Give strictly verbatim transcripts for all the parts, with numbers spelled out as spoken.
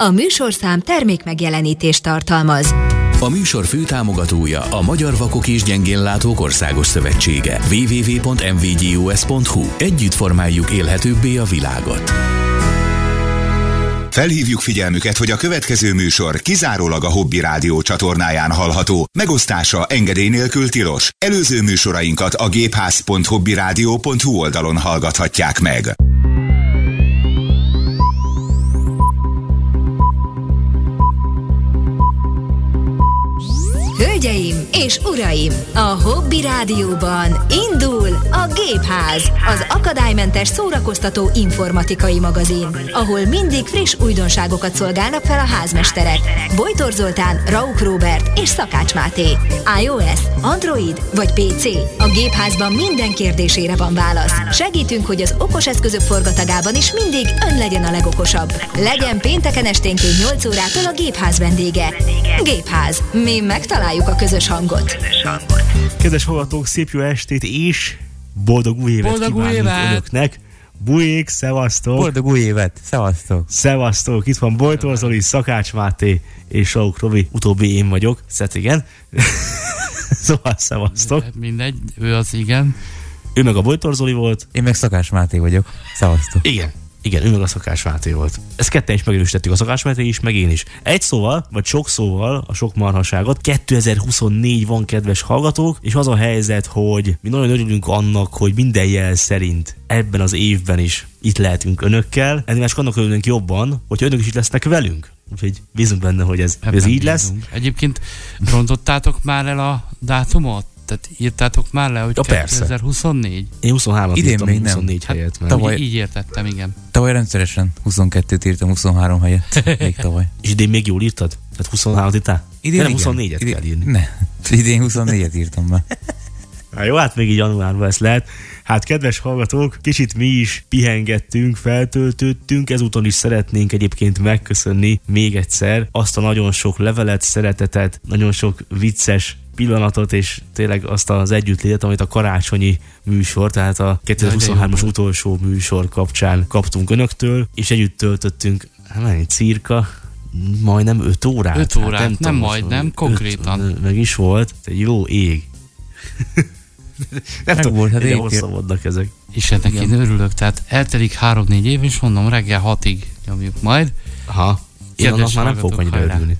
A műsorszám termékmegjelenítést tartalmaz. A műsor főtámogatója a Magyar Vakok és Gyengénlátók Országos Szövetsége. double-u double-u double-u pont em vé gé o es pont hu. Együtt formáljuk élhetőbbé a világot. Felhívjuk figyelmüket, hogy a következő műsor kizárólag a Hobby Rádió csatornáján hallható. Megosztása engedély nélkül tilos. Előző műsorainkat a gépház pont hobbyradio pont hu oldalon hallgathatják meg. Hölgyeim és uraim, a Hobby Rádióban indul a Gépház, az akadálymentes szórakoztató informatikai magazin, ahol mindig friss újdonságokat szolgálnak fel a házmesterek. Bojtor Zoltán, Rauk Róbert és Szakács Máté. iOS, Android vagy pé cé? A Gépházban minden kérdésére van válasz. Segítünk, hogy az okos eszközök forgatagában is mindig ön legyen a legokosabb. Legyen pénteken esténként nyolc órától a Gépház vendége. Gépház. Mi megtaláljuk a közös hangot. Kedves hallgatók, szép jó estét és boldog új évet boldog kívánunk új évet. Önöknek. Bujék, szevasztok! Boldog új évet, szevasztok! Szevasztok! Itt van Bojtor Zoli, Szakács Máté és Rauk Robi, utóbbi én vagyok, Szet igen. Szóval szevasztok! Mindegy, ő az igen. Ő meg a Bojtor Zoli volt. Én meg Szakács Máté vagyok, szevasztok! Igen. Igen, ő meg a Szakács Máté volt. Ezt ketten is megerősítettük, a Szakács Máté is, meg én is. Egy szóval, vagy sok szóval, a sok marhaságot. kétezer-huszonnégy van, kedves hallgatók, és az a helyzet, hogy mi nagyon örülünk annak, hogy minden jel szerint ebben az évben is itt lehetünk önökkel. Ennél más annak örülünk jobban, hogy önök is itt lesznek velünk. Úgyhogy bízunk benne, hogy ez, ez így lesz. Bízunk. Egyébként rontottátok már el a dátumot? Tehát írtátok már le, hogy ja, kétezer-huszonnégy? Én huszonhármat idén írtam, még huszonnégy nem. helyett. Hát, tavaly... Így értettem, igen. Tavaly rendszeresen huszonkettőt írtam huszonhárom helyett. Még tavaly. És idén még jól írtad? Tehát huszonhármat írtál? Idén nem, huszonnégyet idén, kell írni. Ne, idén huszonnégyet írtam már. Hát jó, hát még így januárban ez lehet. Hát kedves hallgatók, kicsit mi is pihengettünk, feltöltöttünk, ezúton is szeretnénk egyébként megköszönni még egyszer azt a nagyon sok levelet, szeretetet, nagyon sok vicces pillanatot, és tényleg azt az együttlétet, amit a karácsonyi műsor, tehát a kétezer-huszonhármas utolsó műsor kapcsán kaptunk önöktől, és együtt töltöttünk, hát mennyi, cirka majdnem öt órát. öt órát, hát nem, nem majdnem, konkrétan. Öt, meg is volt, egy jó ég. Nem tudom, hogy egyre hosszabbodnak ezek. És ennek én örülök, tehát eltelik három-négy év, és mondom, reggel hatig nyomjuk majd. Aha, én annak már nem fogok annyira örülni.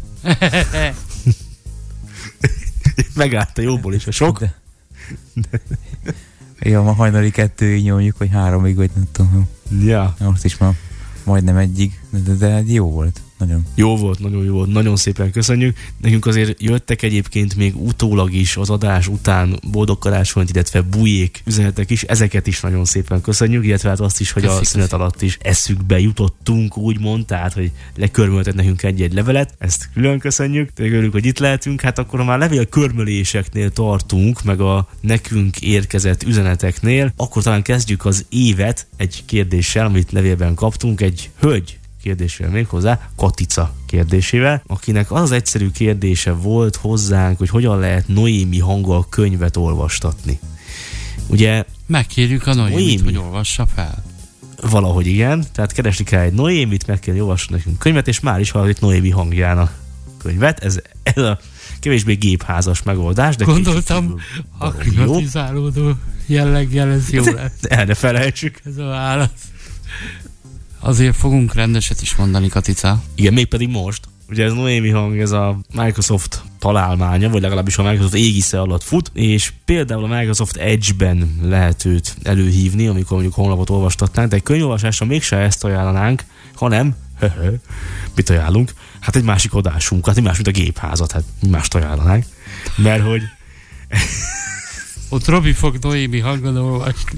Megállt a jóból is a sok. De. De. Ja, ma hajnali kettőig nyomjuk, vagy háromig, vagy nem tudom. Ja. Most is már majdnem egyig, de, de jó volt. Nagyon. Jó volt, nagyon jó volt, nagyon szépen köszönjük. Nekünk azért jöttek egyébként még utólag is az adás után boldog karácsonyt, illetve bujék üzenetek is, ezeket is nagyon szépen köszönjük, illetve hát azt is, hogy Köszi, a szünet köszi. alatt is eszükbe jutottunk, úgymond, tehát, hogy lekörmöltet nekünk egy-egy levelet, ezt külön köszönjük, tényleg örülünk, hogy itt lehetünk, hát akkor ha már levél körmöléseknél tartunk, meg a nekünk érkezett üzeneteknél, akkor talán kezdjük az évet egy kérdéssel, amit levélben kaptunk, egy hölgy kérdésével még hozzá, Katica kérdésével, akinek az, az egyszerű kérdése volt hozzánk, hogy hogyan lehet Noémi hanggal könyvet olvastatni. Ugye... Megkérjük a Noémit, Noémi, hogy olvassa fel. Valahogy igen, tehát keresni kell egy Noémit, meg kell olvasni nekünk könyvet, és már is hallott Noémi hangján a könyvet. Ez, ez a kevésbé gépházas megoldás, de gondoltam, aklimatizálódó jelleggel ez jó lesz. El ne felejtsük. Ez a válasz. Azért fogunk rendeset is mondani, Katica. Igen, mégpedig most. Ugye ez Noémi hang, ez a Microsoft találmánya, vagy legalábbis a Microsoft égisze alatt fut, és például a Microsoft Edge-ben lehet őt előhívni, amikor mondjuk honlapot olvastatnánk, de egy könyvolvasásra mégsem ezt ajánlanánk, hanem, mit ajánlunk? Hát egy másik adásunkat, hát egy más, mint a gépházat, hát mást ajánlanánk, mert hogy... Ott Robi fog Noémi hangon olvasni.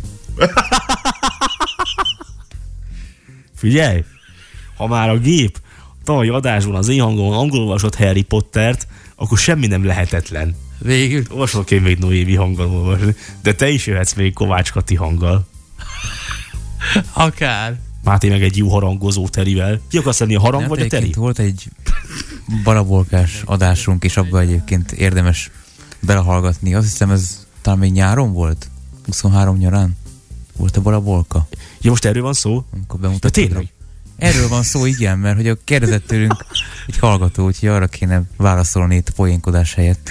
Figyelj, ha már a gép tavalyi adásban az én hangomon angolul olvasott Harry Pottert, akkor semmi nem lehetetlen. Végül. Olvasok én még Noémi hanggal olvasni, de te is jöhetsz még Kovács Kati hanggal. Akár. Máté meg egy jó harangozó Terivel. Ki akarsz lenni, a harang nem, vagy a Teri? Volt egy barabolkás adásunk, és abban egyébként érdemes belehallgatni. Azt hiszem, ez talán még nyáron volt? huszonhárom nyarán? Volt a barabolka? Ja, most erről van szó? Amikor bemutattad. Tényleg? Erről van szó, igen, mert hogy a kérdezett tőlünk egy hallgató, úgyhogy arra kéne válaszolni itt a poénkodás helyett.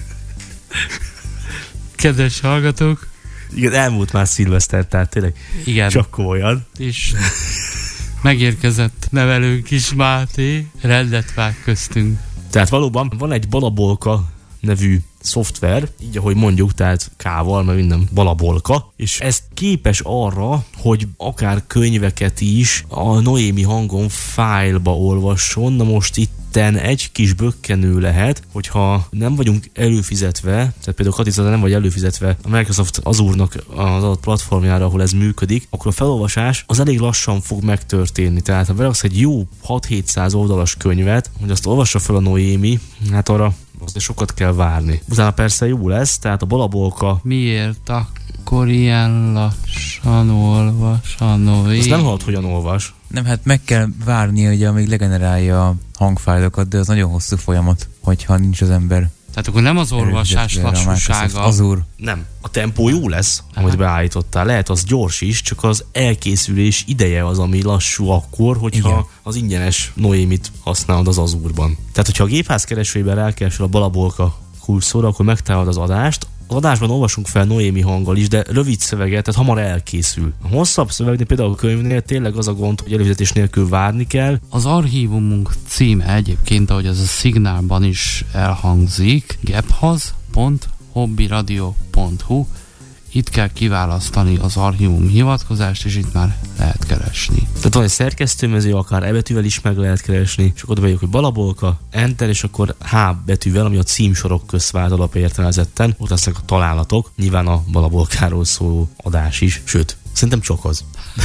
Kedves hallgatók! Igen, elmúlt már szilveszter, tehát tényleg igen. Csak komolyan. És megérkezett nevelőnk is, Máté, rendet vág köztünk. Tehát valóban van egy Balabolka nevű szoftver, így ahogy mondjuk, tehát K-val, mert minden Balabolka, és ez képes arra, hogy akár könyveket is a Noémi hangon fájlba olvasson. Na most itten egy kis bökkenő lehet, hogyha nem vagyunk előfizetve, tehát például Katica nem vagy előfizetve a Microsoft Azure-nak az adott platformjára, ahol ez működik, akkor a felolvasás az elég lassan fog megtörténni. Tehát ha beraksz egy jó hat-hétszáz oldalas könyvet, hogy azt olvassa fel a Noémi, hát arra azért sokat kell várni. Utána persze jó lesz, tehát a Balabolka... Miért akkor ilyen lassan olvas a Noémi? Azt nem hallod, hogyan olvas. Nem, hát meg kell várni, hogy amíg legenerálja a hangfájlokat, de az nagyon hosszú folyamat, hogyha nincs az ember. Tehát akkor nem az olvasás lassúsága. Azure. Nem. A tempó jó lesz, amit beállítottál. Lehet az gyors is, csak az elkészülés ideje az, ami lassú akkor, hogyha igen. az ingyenes Noémit használod az Azure-ban. Tehát, hogyha a gépház keresőjében rákeresel a Balabolka kulcsszóra, akkor megtalálod az adást. Az adásban olvasunk fel Noémi hanggal is, de rövid szöveget, tehát hamar elkészül. A hosszabb szövegnél, például a könyvnél tényleg az a gond, hogy előfizetés nélkül várni kell. Az archívumunk címe egyébként, ahogy az a szignálban is elhangzik, gephaz pont hobbiradio pont hu. Itt kell kiválasztani az archívum hivatkozást, és itt már lehet keresni. Tehát van egy szerkesztőmező, akár E betűvel is meg lehet keresni, és akkor oda bejövök, hogy Balabolka, Enter, és akkor H betűvel, ami a címsorok közt vált alapértelmezetten, ott lesznek a találatok, nyilván a Balabolkáról szóló adás is, sőt, szerintem csak az.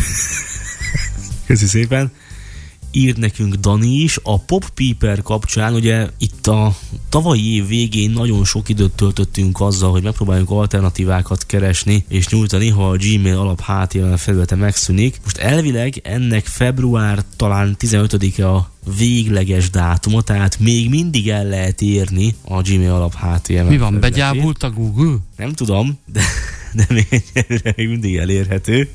Köszi szépen! Írt nekünk Dani is, a Pop Piper kapcsán, ugye itt a tavalyi év végén nagyon sok időt töltöttünk azzal, hogy megpróbáljunk alternatívákat keresni és nyújtani, ha a Gmail alap há té em el felülete megszűnik. Most elvileg ennek február talán tizenötödike a végleges dátuma, tehát még mindig el lehet érni a Gmail alap há té em el. Mi van, begyábult a Google? Nem tudom, de, de még egyelőre még mindig elérhető.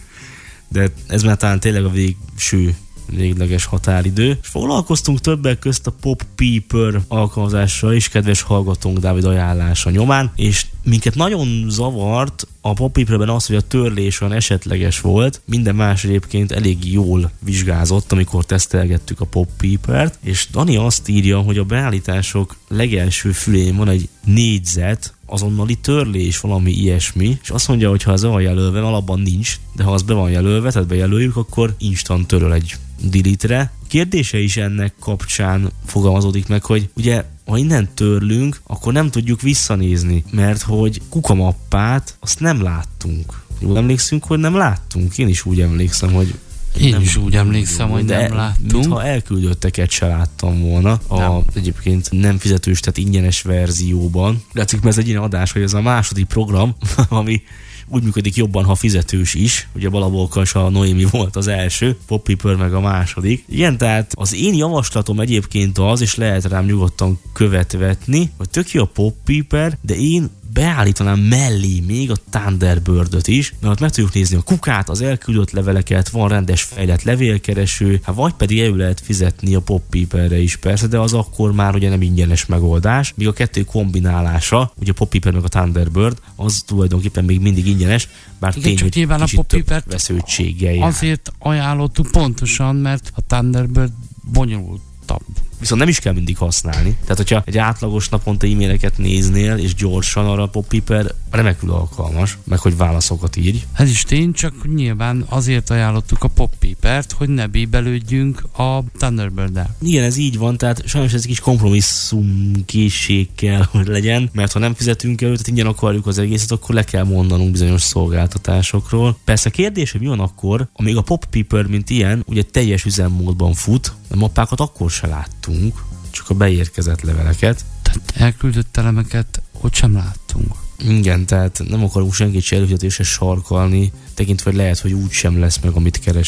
De ez már talán tényleg a végső végleges határidő. És foglalkoztunk többek közt a Pop Piper alkalmazással is, kedves hallgatónk Dávid ajánlása nyomán, és minket nagyon zavart a Pop Piperben az, hogy a törlés olyan esetleges volt, minden más egyébként elég jól vizsgázott, amikor tesztelgettük a Pop Pipert, és Dani azt írja, hogy a beállítások legelső fülén van egy négyzet, azonnali törlés, valami ilyesmi, és azt mondja, hogy ha ez be van jelölve, alapban nincs, de ha az be van jelölve, tehát bejelöljük, akkor instant töröl egy delete-re. Kérdése is ennek kapcsán fogalmazódik meg, hogy ugye, ha innen törlünk, akkor nem tudjuk visszanézni, mert hogy kukamappát azt nem láttunk. Jól emlékszünk, hogy nem láttunk? Én is úgy emlékszem, hogy Én nem is úgy emlékszem, hogy nem láttunk. Mintha elküldötteket se láttam volna a nem. Egyébként nem fizetős, tehát ingyenes verzióban. Látszik, mert ez egy ilyen adás, hogy ez a második program, ami úgy működik jobban, ha fizetős is. Ugye a Balabolka és a Noémi volt az első, Pop Piper meg a második. Igen, tehát az én javaslatom egyébként az, és lehet rám nyugodtan követvetni, hogy tök jó a Pop Piper, de én beállítanám mellé még a Thunderbird-öt is, mert ott meg tudjuk nézni a kukát, az elküldött leveleket, van rendes fejlett levélkereső, hát vagy pedig elő lehet fizetni a Pop Piperre is persze, de az akkor már ugye nem ingyenes megoldás, míg a kettő kombinálása, ugye a Pop Piper meg a Thunderbird, az tulajdonképpen még mindig ingyenes, bár igen, tény, hogy nyilván kicsit a Pop több vesződtséggel jár. Azért ajánlottuk pontosan, mert a Thunderbird bonyolultabb. Viszont nem is kell mindig használni. Tehát, hogyha egy átlagos naponta e-maileket néznél, és gyorsan, arra a Pop Piper remekül alkalmas, meg hogy válaszokat írj. Ez is tény, csak nyilván azért ajánlottuk a Pop Pipert, hogy ne bíbelődjünk a Thunderbird-del. Igen, ez így van, tehát sajnos ez egy kis kompromisszum készség kell, hogy legyen, mert ha nem fizetünk elő, tehát ingyen akarjuk az egészet, akkor le kell mondanunk bizonyos szolgáltatásokról. Persze kérdés, hogy mi van akkor, amíg a Pop Piper, mint ilyen, ugye teljes üzemmódban fut, a mappákat akkor se láttunk, csak a beérkezett leveleket. Tehát elküldött elemeket ott sem láttunk. Igen, tehát nem akarunk senkit se előfizetésre sarkalni, tekintve lehet, hogy úgy sem lesz meg, amit keresünk.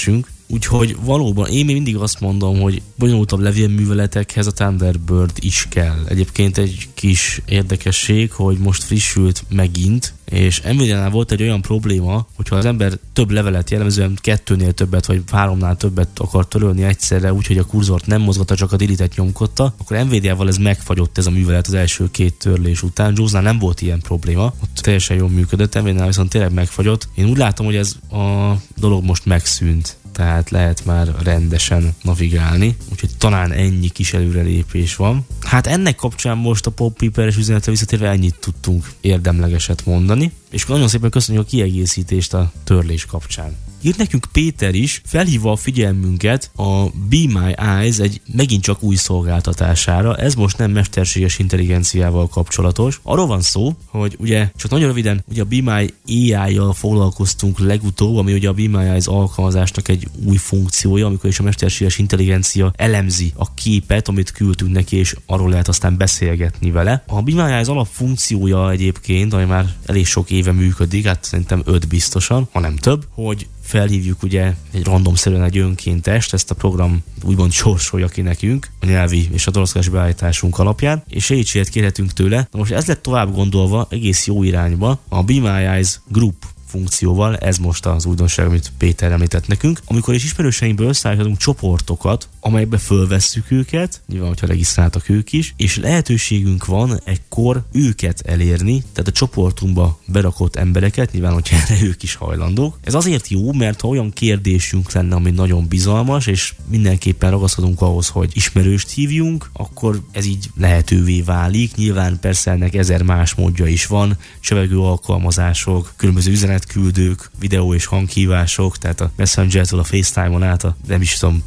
Úgyhogy valóban én még mindig azt mondom, hogy bonyolultabb levélműveletekhez a Thunderbird is kell. Egyébként egy kis érdekesség, hogy most frissült megint, és Nvidia-nál volt egy olyan probléma, hogyha az ember több levelet, jellemzően kettőnél többet, vagy háromnál többet akar törölni egyszerre, úgyhogy a kurzort nem mozgatta, csak a delete-et nyomkodta, akkor Nvidia-val ez megfagyott ez a művelet az első két törlés után. Jaws-nál nem volt ilyen probléma, ott teljesen jól működött, Nvidia-nál viszont tényleg megfagyott. Én úgy látom, hogy ez a dolog most megszűnt, tehát lehet már rendesen navigálni, úgyhogy talán ennyi kis előrelépés van. Hát ennek kapcsán most a PopPeeper-es üzenetre visszatérve ennyit tudtunk érdemlegeset mondani, és nagyon szépen köszönjük a kiegészítést a törlés kapcsán. Írt nekünk Péter is, felhívva a figyelmünket a Be My Eyes egy megint csak új szolgáltatására. Ez most nem mesterséges intelligenciával kapcsolatos. Arról van szó, hogy ugye csak nagyon röviden, ugye a Be My á í-jal foglalkoztunk legutóbb, ami ugye a Be My Eyes alkalmazásnak egy új funkciója, amikor is a mesterséges intelligencia elemzi a képet, amit küldtünk neki, és arról lehet aztán beszélgetni vele. A Be My Eyes alapfunkciója egyébként, ami már elég sok éve működik, hát szerintem öt biztosan, ha nem több, hogy felhívjuk ugye egy randomszerűen egy önkéntest, ezt a program úgymond sorsolja ki nekünk a nyelvi és a dolgozás beállításunk alapján, és segítséget kérhetünk tőle. Na most ez lett tovább gondolva egész jó irányba a Be My Eyes Group funkcióval, ez most az újdonság, amit Péter említett nekünk. Amikor is ismerőseinkből összeállítunk csoportokat, amelyekbe fölvesszük őket, nyilván, hogyha regisztráltak ők is, és lehetőségünk van ekkor őket elérni, tehát a csoportunkba berakott embereket, nyilván, hogyha erre ők is hajlandók. Ez azért jó, mert ha olyan kérdésünk lenne, ami nagyon bizalmas, és mindenképpen ragaszkodunk ahhoz, hogy ismerőst hívjunk, akkor ez így lehetővé válik. Nyilván persze ennek ezer más módja is van, csevegő alkalmazások, különböző üzenetküldők, videó és hanghívások, tehát a Messenger-től a FaceTime-on át a nem is tudom,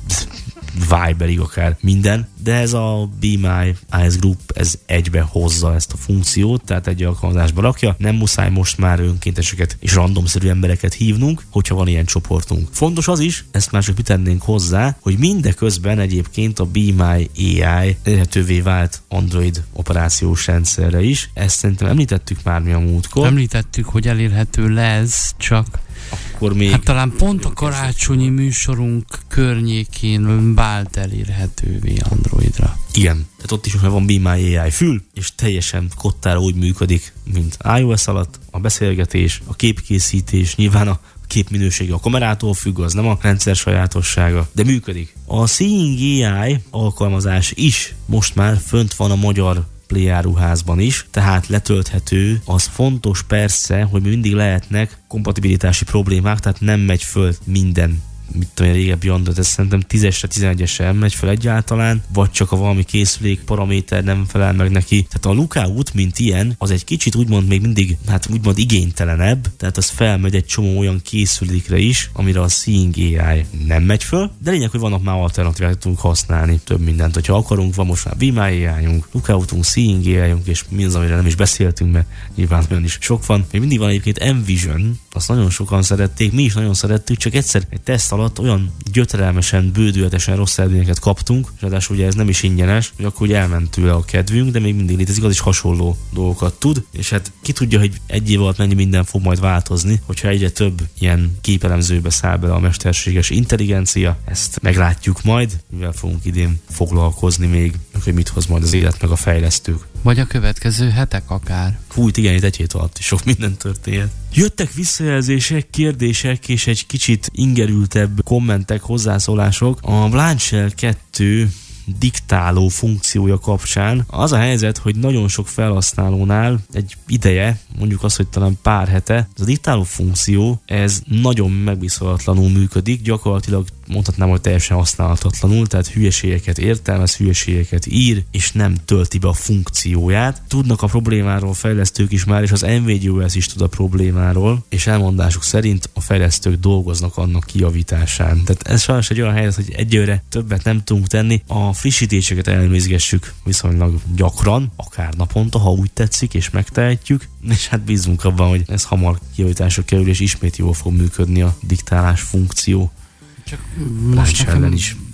Viberig akár minden, de ez a Be My Eyes Group, ez egybe hozza ezt a funkciót, tehát egy alkalmazásba rakja, nem muszáj most már önkénteseket és randomszerű embereket hívnunk, hogyha van ilyen csoportunk. Fontos az is, ezt már csak mit tennénk hozzá, hogy mindeközben egyébként a Be My á í elérhetővé vált Android operációs rendszerre is, ezt szerintem említettük már mi a múltkor. Említettük, hogy elérhető lesz, csak akkor még... Hát talán pont a karácsonyi műsorunk környékén vált elérhetővé Androidra. Igen, tehát ott is most már van Be My á í fül, és teljesen kottára úgy működik, mint iOS alatt. A beszélgetés, a képkészítés, nyilván a képminősége a kamerától függ, az nem a rendszer sajátossága, de működik. A Seeing á í alkalmazás is most már fönt van a magyar Play áruházban is, tehát letölthető. Az fontos persze, hogy mindig lehetnek kompatibilitási problémák, tehát nem megy föl minden, mit tudom én, régebbi Android, ez szerintem tízesre, tizenegyesre nem megy fel egyáltalán, vagy csak a valami készülék paraméter nem felel meg neki. Tehát a Lookout, mint ilyen, az egy kicsit úgymond még mindig, hát úgymond igénytelenebb, tehát az felmegy egy csomó olyan készülékre is, amire a Seeing á í nem megy föl, de lényeg, hogy vannak már alternatívák, tudunk használni több mindent. Hogyha akarunk, van most már Be My á í-unk, Lookoutunk, Seeing á í-unk, és mi az, amire nem is beszéltünk, mert nyilván olyan is sok van. Még mindig van egyébként Envision, azt nagyon sokan szerették, mi is nagyon szerettük, csak egyszer egy teszt alatt olyan gyötrelmesen, bődületesen rossz eredményeket kaptunk, és ráadásul ugye ez nem is ingyenes, hogy akkor ugye elment tőle a kedvünk, de még mindig létezik, az is hasonló dolgokat tud, és hát ki tudja, hogy egy év alatt mennyi minden fog majd változni, hogyha egyre több ilyen képelemzőbe száll bele a mesterséges intelligencia, ezt meglátjuk majd, mivel fogunk idén foglalkozni még, hogy mit hoz majd az élet meg a fejlesztők. Vagy a következő hetek akár. Fújt, igen, itt egy hét alatt is sok minden történt. Jöttek visszajelzések, kérdések és egy kicsit ingerültebb kommentek, hozzászólások. A Blanchel kettő diktáló funkciója kapcsán. Az a helyzet, hogy nagyon sok felhasználónál egy ideje, mondjuk azt, hogy talán pár hete, ez a diktáló funkció, ez nagyon megbízhatatlanul működik, gyakorlatilag mondhatnám, hogy teljesen használhatatlanul, tehát hülyeségeket értelmez, hülyeségeket ír, és nem tölti be a funkcióját. Tudnak a problémáról fejlesztők is már, és az NVidia-o-es is tud a problémáról, és elmondásuk szerint a fejlesztők dolgoznak annak kijavításán. Tehát ez sajnos egy olyan helyzet, hogy egyőre többet nem tudunk tenni. A frissítéseket elnézgessük viszonylag gyakran, akár naponta, ha úgy tetszik, és megtehetjük, és hát bízunk abban, hogy ez hamar kijavításra kerül, és ismét jól fog működni a diktálás funkció. Csak most nekem is.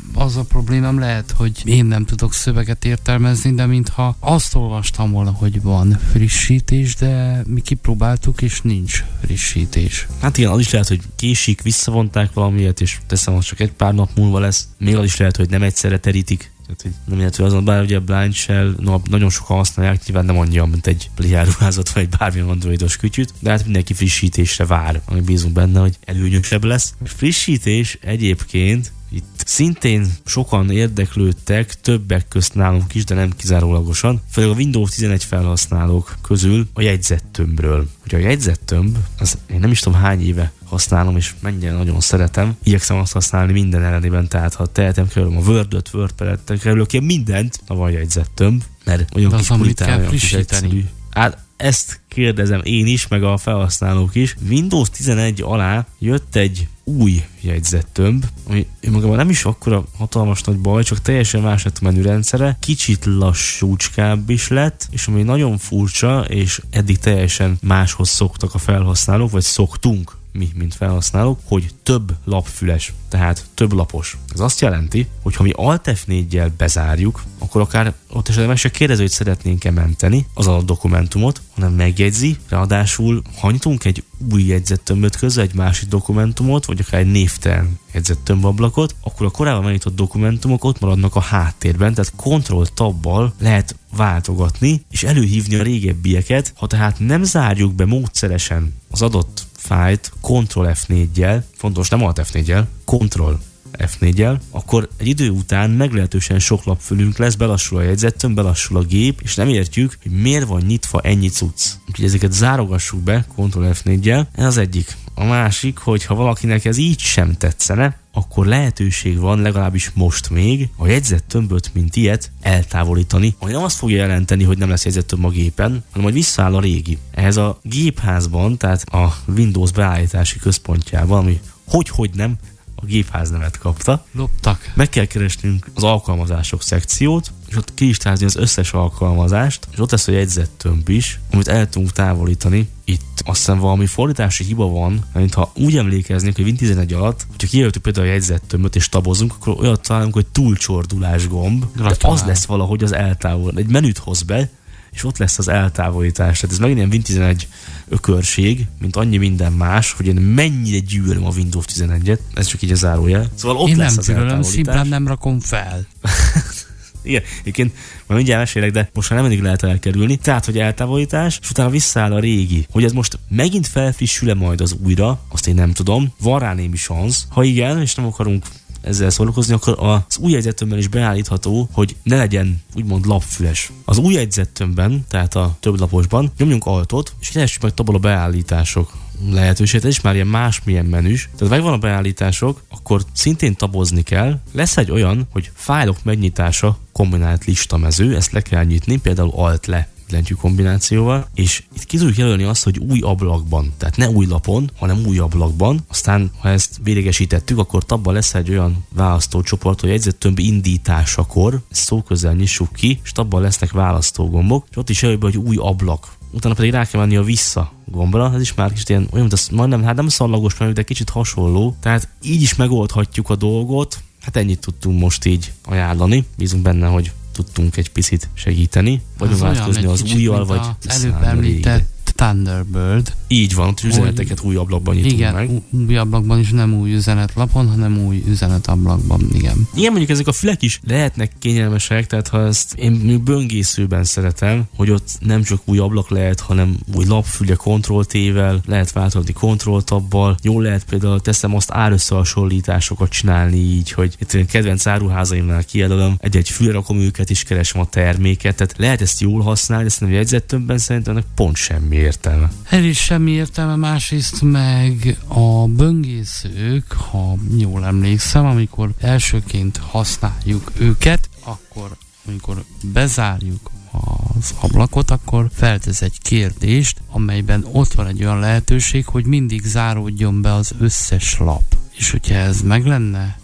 az a problémám lehet, hogy én nem tudok szöveget értelmezni, de mintha azt olvastam volna, hogy van frissítés, de mi kipróbáltuk, és nincs frissítés. Hát igen, az is lehet, hogy késik, visszavonták valamiért, és teszem, az csak egy pár nap múlva lesz. Még az is lehet, hogy nem egyszerre terítik. Tehát, hogy nem értő azon, bár ugye a Blind Shell no, nagyon sokan használják, nyilván nem annyian, mint egy pliáruházat vagy egy bármilyen androidos kütyüt, de hát mindenki frissítésre vár, ami bízunk benne, hogy előnyösebb lesz. A frissítés egyébként itt szintén sokan érdeklődtek, többek közt nálunk is, de nem kizárólagosan, főleg a Windows tizenegy felhasználók közül a jegyzettömbről. Ugye a jegyzettömb, az én nem is tudom hány éve használom, és mennyire nagyon szeretem. Igyekszem azt használni minden ellenében, tehát ha tehetem, kerülöm a Word-öt, WordPad-et, kerülök én mindent, na van jegyzettömb, mert olyan kis puritán, olyan kis egyszerű. Hát ezt kérdezem én is, meg a felhasználók is. Windows tizenegy alá jött egy új jegyzettömb, ami magában nem is akkora hatalmas nagy baj, csak teljesen más lett a menürendszere, kicsit lassúcskább is lett, és ami nagyon furcsa, és eddig teljesen máshoz szoktak a felhasználók, vagy szoktunk mi, mint felhasználók, hogy több lapfüles, tehát több lapos. Ez azt jelenti, hogy ha mi Alt F négyel bezárjuk, akkor akár ott esetleg meg se kérdező, hogy szeretnénk-e menteni az a dokumentumot, hanem megjegyzi, ráadásul ha nyitunk egy új jegyzettömböt közben, egy másik dokumentumot, vagy akár egy névtelen jegyzettömbablakot, akkor a korábban megnyitott dokumentumok ott maradnak a háttérben, tehát Ctrl-tabbal lehet váltogatni, és előhívni a régebbieket, ha tehát nem zárjuk be módszeresen az adott fájlt Ctrl F négyel, fontos, nem Alt F négyel, Ctrl F négyel, akkor egy idő után meglehetősen sok lapfülünk lesz, belassul a jegyzettömb, belassul a gép, és nem értjük, hogy miért van nyitva ennyi cucc. Úgyhogy ezeket zárogassuk be Ctrl F négyel. Ez az egyik. A másik, hogy ha valakinek ez így sem tetszene, akkor lehetőség van, legalábbis most még, a jegyzettömböt, mint ilyet eltávolítani, ami nem azt fogja jelenteni, hogy nem lesz jegyzettömb a gépen, hanem hogy visszaáll a régi. Ehhez a gépházban, tehát a Windows beállítási központjában, ami hogy-hogy nem, a gépház nevet kapta. Loptak. Meg kell keresnünk az alkalmazások szekciót, és ott kilistázni az összes alkalmazást, és ott lesz a jegyzettömb is, amit el tudunk távolítani. Itt azt hiszem valami fordítási hiba van, mert ha úgy emlékeznénk, hogy Win tizenegy alatt, hogyha kijelöltük például a jegyzettömböt és tabozunk, akkor olyat találunk, hogy túlcsordulás gomb, de az lesz valahogy az eltávolítás. Egy menüt hoz be, és ott lesz az eltávolítás. Tehát ez megint ilyen Win tizenegy ökörség, mint annyi minden más, hogy én mennyire gyűlölöm a Windows tizenegyet, ez csak így a zárójel. Szóval ott én lesz nem az gyűlölöm, eltávolítás. szimplán nem rakom fel. Igen, egyébként majd mindjárt mesélek, de most már nem mindig lehet elkerülni. Tehát, hogy eltávolítás, és utána visszaáll a régi. Hogy ez most megint felfrissül-e majd az újra, azt én nem tudom. Van rá némi szansz. Ha igen, és nem akarunk ezzel szórakozni, akkor az új jegyzettömbben is beállítható, hogy ne legyen úgymond lapfüles. Az új jegyzettömbben, tehát a több laposban nyomjunk Altot, és keressük meg tabol a beállítások lehetőséget, ez is már ilyen másmilyen menüs. Tehát megvan a beállítások, akkor szintén tabozni kell. Lesz egy olyan, hogy fájlok megnyitása kombinált listamező, ezt le kell nyitni, például Alt le billentyű kombinációval, és itt ki tudjuk jelölni azt, hogy új ablakban, tehát ne új lapon, hanem új ablakban. Aztán, ha ezt véglegesítettük, akkor tabban lesz egy olyan választócsoport, hogy jegyzettömb indításakor, ezt szó közel nyissuk ki, és tabban lesznek választógombok, és ott is jelöl be, hogy új ablak. Utána pedig rá kell menni a vissza gombra, ez is már kicsit ilyen, olyan, mint az majdnem, hát nem szallagos menü, de kicsit hasonló. Tehát így is megoldhatjuk a dolgot. Hát ennyit tudtunk most így ajánlani. Bízunk benne, hogy tudtunk egy picit segíteni, vagy megváltozni az, az újjal, vagy előbb említett Thunderbird. Így van, hogy üzeneteket új ablakban nyitunk igen, meg. Igen, új ablakban is, nem új üzenetlapon, hanem új üzenetablakban, igen. Igen, mondjuk ezek a fülek is lehetnek kényelmesek, tehát ha ezt én még böngészőben szeretem, hogy ott nem csak új ablak lehet, hanem új lapfüle Ctrl-T-vel, lehet váltani Ctrl-tabbal. Jól lehet például, teszem azt árösszehasonlításokat csinálni így, hogy itt én kedvenc áruházaimnál kijelölöm, egy-egy fülre rakom őket, és keresem a terméket, tehát lehet ezt jól használni, de szerintem jegyzettömbben szerintem ennek pont semmi értelme. El is semmi értelme, másrészt meg a böngészők, ha jól emlékszem, amikor elsőként használjuk őket, akkor amikor bezárjuk az ablakot, akkor feltesz egy kérdést, amelyben ott van egy olyan lehetőség, hogy mindig záródjon be az összes lap. És hogyha ez meg lenne,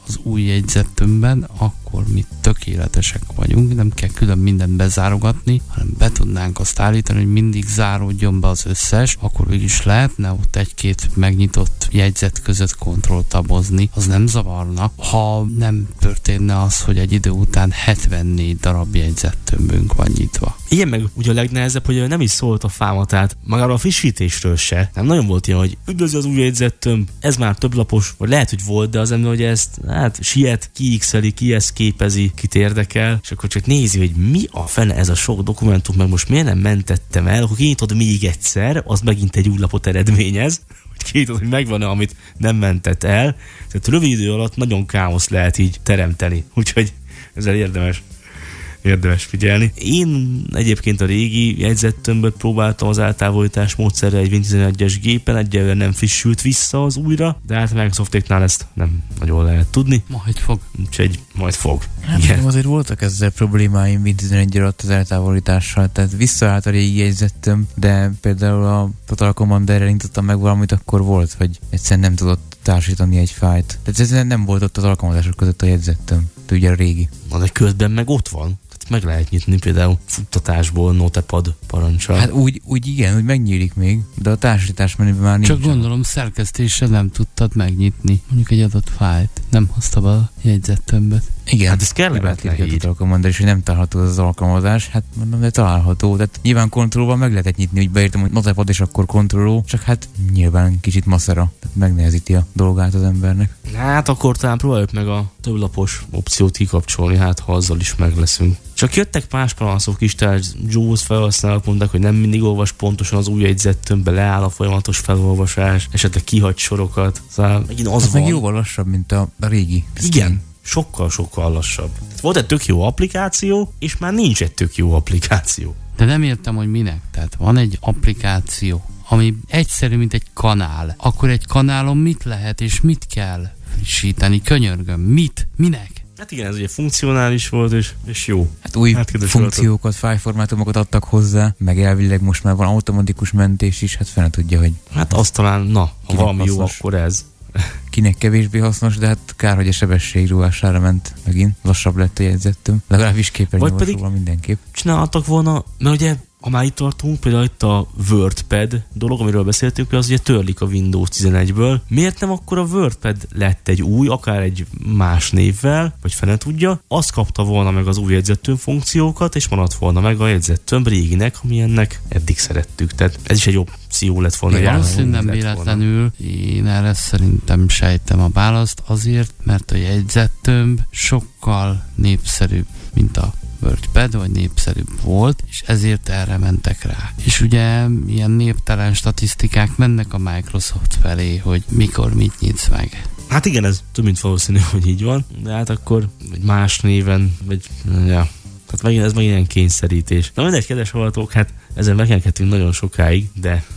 az új jegyzettömbben, akkor mi tökéletesek vagyunk, nem kell külön mindent bezárogatni, hanem be tudnánk azt állítani, hogy mindig záródjon be az összes, akkor végülis lehetne ott egy-két megnyitott jegyzet között kontrolltabozni, az nem zavarna, ha nem történne az, hogy egy idő után hetvennégy darab jegyzettömbünk van nyitva. Igen, meg ugye a legnehezebb, hogy nem is szólt a fáma, tehát magáról a frissítésről se. Nem nagyon volt ilyen, hogy üdvözli az új jegyzettömb, ez már több lapos, vagy lehet, hogy volt, de az ember, hogy ezt hát siet, kiixeli, ki ezt képezi, kit érdekel, és akkor csak nézi, hogy mi a fene ez a sok dokumentum, meg most miért nem mentettem el, akkor kinyitod még egyszer, az megint egy új lapot eredményez, hogy kinyitod, hogy megvan-e, amit nem mentett el. Tehát rövid idő alatt nagyon káosz lehet így teremteni, úgyhogy ezzel érdemes Érdemes figyelni. Én egyébként a régi jegyzettömböt próbáltam az eltávolítás módszerre egy Win tizenegyes gépen, egyelőre nem frissült vissza az újra, de hát Microsoftéknál ezt nem nagyon lehet tudni. Majd fog. Úgyhogy majd fog. Hát igen. Azért voltak ezzel problémáim Win tizenegy alatt az eltávolítással, tehát visszaállt a régi jegyzettömb, de például a Total Commanderrel indítottam meg valamit, akkor volt, hogy egyszerűen nem tudott társítani egy fájlt. Tehát ez nem volt ott az alkalmazások között a jegyzettömb, ugye a régi. Na de közben meg ott van. Meg lehet nyitni például futtatásból, notepad parancsal. Hát úgy, úgy igen, úgy megnyílik még, de a társítás menüben már nincs. Csak gondolom szerkesztéssel nem tudtad megnyitni mondjuk egy adott fájlt. Nem hozta be a jegyzettömböt. Igen, hát ez kellemetlen így. A és hogy nem található az alkalmazás, hát mondom, de található. Tehát nyilván kontrollban meg lehetett nyitni, úgy beírtam, hogy notepad és akkor kontrolló, csak hát nyilván kicsit maszera. Tehát megnehezíti a dolgát az embernek. Hát akkor talán próbáljuk meg a többlapos opciót kikapcsolni, hát ha azzal is meg leszünk. Csak jöttek más panaszok is, tehát Jaws felhasználók mondták, hogy nem mindig olvas pontosan az új jegyzettömbbe, leáll a folyamatos felolvasás, esetleg kihagy sorokat. Szóval megint az, az van. Meg jóval lassabb, mint a, a régi. Igen, sokkal-sokkal lassabb. Volt egy tök jó applikáció, és már nincs egy tök jó applikáció. De nem értem, hogy minek. Tehát van egy applikáció, ami egyszerű, mint egy kanál. Akkor egy kanálon mit lehet és mit kell frissíteni? Könyörgöm. Mit? Minek? Hát igen, ez ugye funkcionális volt, és, és jó. Hát új hát funkciókat, fájlformátumokat adtak hozzá, meg elvileg most már van automatikus mentés is, hát fene tudja, hogy... Hát azt talán, na, ha valami hasznos. Jó, akkor ez. Kinek kevésbé hasznos, de hát kár, hogy a sebesség rovására ment megint. Lassabb lett a jegyzettömb. Legalábbis képernyős róla mindenképp. Csináltak volna, mert ugye ha már itt tartunk, például itt a WordPad dolog, amiről beszéltünk, az ugye törlik a Windows tizenegyből. Miért nem akkor a WordPad lett egy új, akár egy más névvel, vagy fene tudja, azt kapta volna meg az új jegyzettömb funkciókat, és maradt volna meg a jegyzettömb réginek, amilyennek eddig szerettük. Tehát ez is egy opció lett volna. Valószínűleg nem véletlenül. Én erre szerintem sejtem a választ azért, mert a jegyzettömb sokkal népszerűbb, mint a WordPad, vagy népszerűbb volt, és ezért erre mentek rá. És ugye ilyen néptelen statisztikák mennek a Microsoft felé, hogy mikor mit nyitsz meg. Hát igen, ez több mint valószínű, hogy így van, de hát akkor más néven, vagy ja, tehát megint ez megint ilyen kényszerítés. Na mindegy, kedves hallgatók, hát ezen megengedhetünk nagyon sokáig, de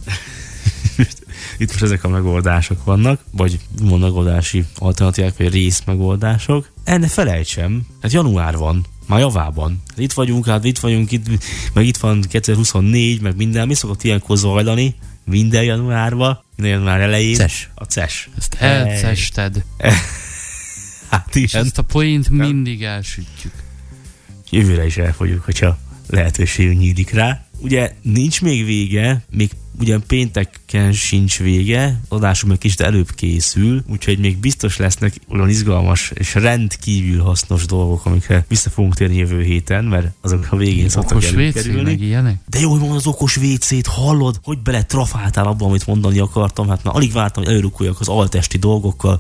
itt most ezek a megoldások vannak, vagy úgymond megoldási alternatívák, vagy részmegoldások. Enne felejtsem, hát január van, már javában. Itt vagyunk, hát itt vagyunk, itt, meg itt van kétezer-huszonnégy, meg minden. Mi szokott ilyenkor zajlani? Minden januárban, minden január elején. Ces. A ces. Ezt elcested. Hát igen. És ezt a poént mindig elsütjük. Jövőre is elfogyjuk, hogyha lehetőségünk nyílik rá. Ugye nincs még vége, még ugyan pénteken sincs vége, adásunk meg kicsit előbb készül, úgyhogy még biztos lesznek olyan izgalmas és rendkívül hasznos dolgok, amikre vissza fogunk térni jövő héten, mert azok a végén szoktak előkerülni. De jó, hogy mondod az okos vécét, hallod, hogy bele trafáltál abban, amit mondani akartam, hát már alig vártam, hogy előrukoljak az altesti dolgokkal.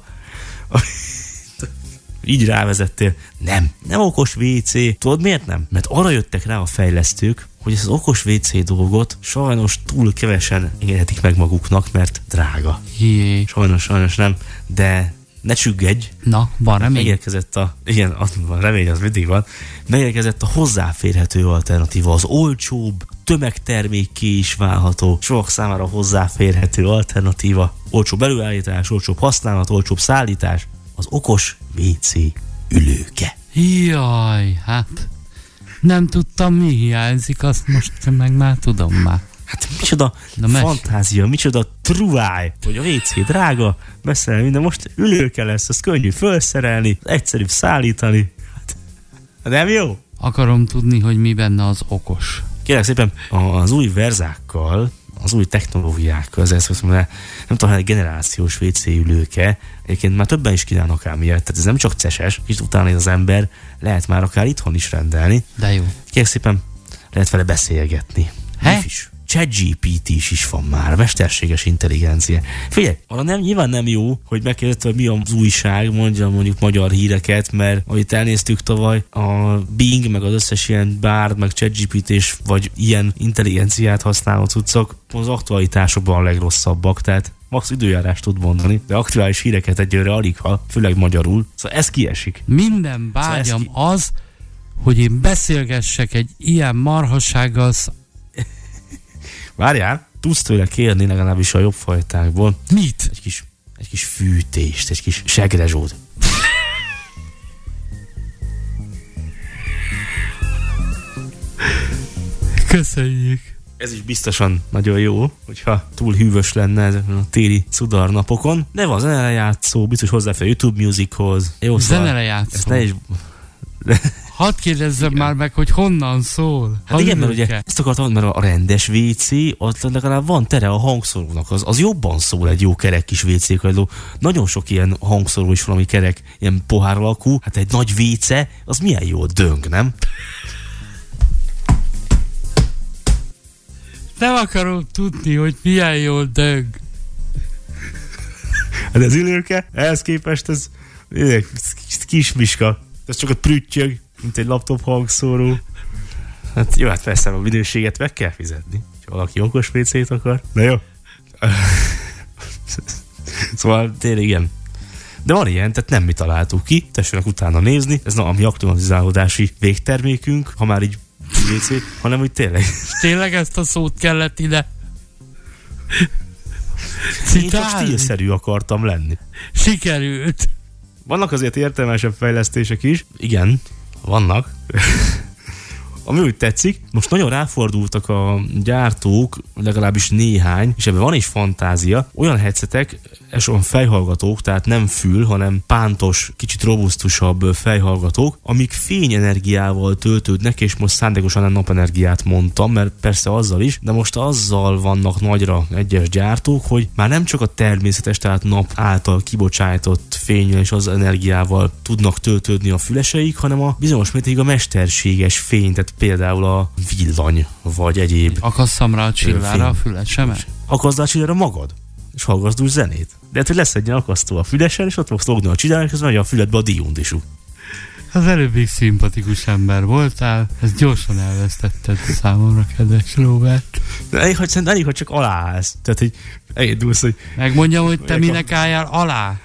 Így rávezettél. Nem, nem okos vé cé. Tudod miért nem? Mert arra jöttek rá a fejlesztők, hogy ezt az okos vé cé dolgot sajnos túl kevesen engedhetik meg maguknak, mert drága. Jé. Sajnos, sajnos nem, de ne csüggedj. Na, van remény. Megérkezett a, igen, az van, remény, az mindig van. Megérkezett a hozzáférhető alternatíva, az olcsóbb, tömegtermékké is válható, sokak számára hozzáférhető alternatíva, olcsóbb előállítás, olcsóbb használat, olcsóbb szállítás, az okos vé cé ülőke. Jaj, hát nem tudtam, mi hiányzik, azt most meg már tudom már. Hát micsoda Na, fantázia, mes. micsoda truváj, hogy a vé cé drága, beszélni minden, most ülőke lesz, az könnyű felszerelni, egyszerűbb szállítani. Hát, nem jó? Akarom tudni, hogy mi benne az okos. Kérlek szépen, az új verzákkal, az új technológiákkal, ez ezt mondom, nem tudom, egy generációs vé cé ülőke, egyébként már többen is kínálnak ám ilyet, tehát ez nem csak ceses, kicsit utána az ember, lehet már akár itthon is rendelni. De jó. Kérlek szépen, lehet vele beszélgetni. He? ChatGPT is is van már, mesterséges intelligencia. Figyelj, arra nem, nyilván nem jó, hogy megkérdezte, hogy mi az újság, mondja mondjuk magyar híreket, mert ahogy elnéztük tavaly, a Bing, meg az összes ilyen Bard, meg ChatGPT-s, vagy ilyen intelligenciát használó cuccok az aktualitásokban a legrosszabbak, tehát max időjárást tud mondani, de aktuális híreket egyőre alig ha, főleg magyarul. Szóval ez kiesik. Minden vágyam szóval ki... az, hogy én beszélgessek egy ilyen marhasággal. Várjál, tudsz tőle kérni legalábbis a jobb fajtákból. Mit? Egy kis, egy kis fűtést, egy kis segrezsót. Köszönjük. Ez is biztosan nagyon jó, hogyha túl hűvös lenne ezeken a téli cudar napokon. De van zenelejátszó, biztos hozzáfér YouTube Musichoz. Jó, zenelejátszó. Ezt ne is... Hadd kérdezzem igen. már meg, hogy honnan szól. Hát igen, mert ugye ezt akartam, mert a rendes vé cé, ott legalább van tere a hangszorónak, az, az jobban szól egy jó kerek kis vé cé kajló. Nagyon sok ilyen hangszoró is valami kerek, ilyen pohár alakú, hát egy nagy vé cé, az milyen jó döng, nem? Nem akarom tudni, hogy milyen jól döng. Hát ez ülőke, ehhez képest ez, ez kis miska. Ez csak a prüttyög, mint egy laptop hangszóró. Hát jó, hát persze a minőséget meg kell fizetni. Ha valaki okos vé cét akar. Na jó. Szóval tényleg igen. De van ilyen, tehát nem mi találtuk ki. Tessenek utána nézni. Ez na, a mi aktualizálódási végtermékünk, ha már így vé cé, hanem úgy tényleg. Tényleg ezt a szót kellett ide. Én csak stílszerű akartam lenni. Sikerült. Vannak azért értelmesebb fejlesztések is. Igen, vannak. Ami úgy tetszik, most nagyon ráfordultak a gyártók, legalábbis néhány, és ebben van is fantázia, olyan headsetek, és olyan fejhallgatók, tehát nem fül, hanem pántos, kicsit robusztusabb fejhallgatók, amik fényenergiával töltődnek, és most szándékosan nem napenergiát mondtam, mert persze azzal is, de most azzal vannak nagyra egyes gyártók, hogy már nem csak a természetes, tehát nap által kibocsájtott fényel és az energiával tudnak töltődni a füleseik, hanem a bizonyos mértékig a mesterséges fény, tehát például a villany, vagy egyéb. Akasszam rá a csillára a fülesemet? Akaszd rá a csillára magad, és hallgassd úgy zenét. De hát, hogy lesz egy ilyen akasztó a fülesen, és ott fogsz logni a csillára, és közben megy a füledbe a diundisú. Az előbb még szimpatikus ember voltál, ezt gyorsan elvesztetted számomra, kedves Robert. De elég, hogy, elég, hogy csak aláállsz. Tehát, hogy elindulsz, hogy... Megmondjam, hogy te minek álljál alá?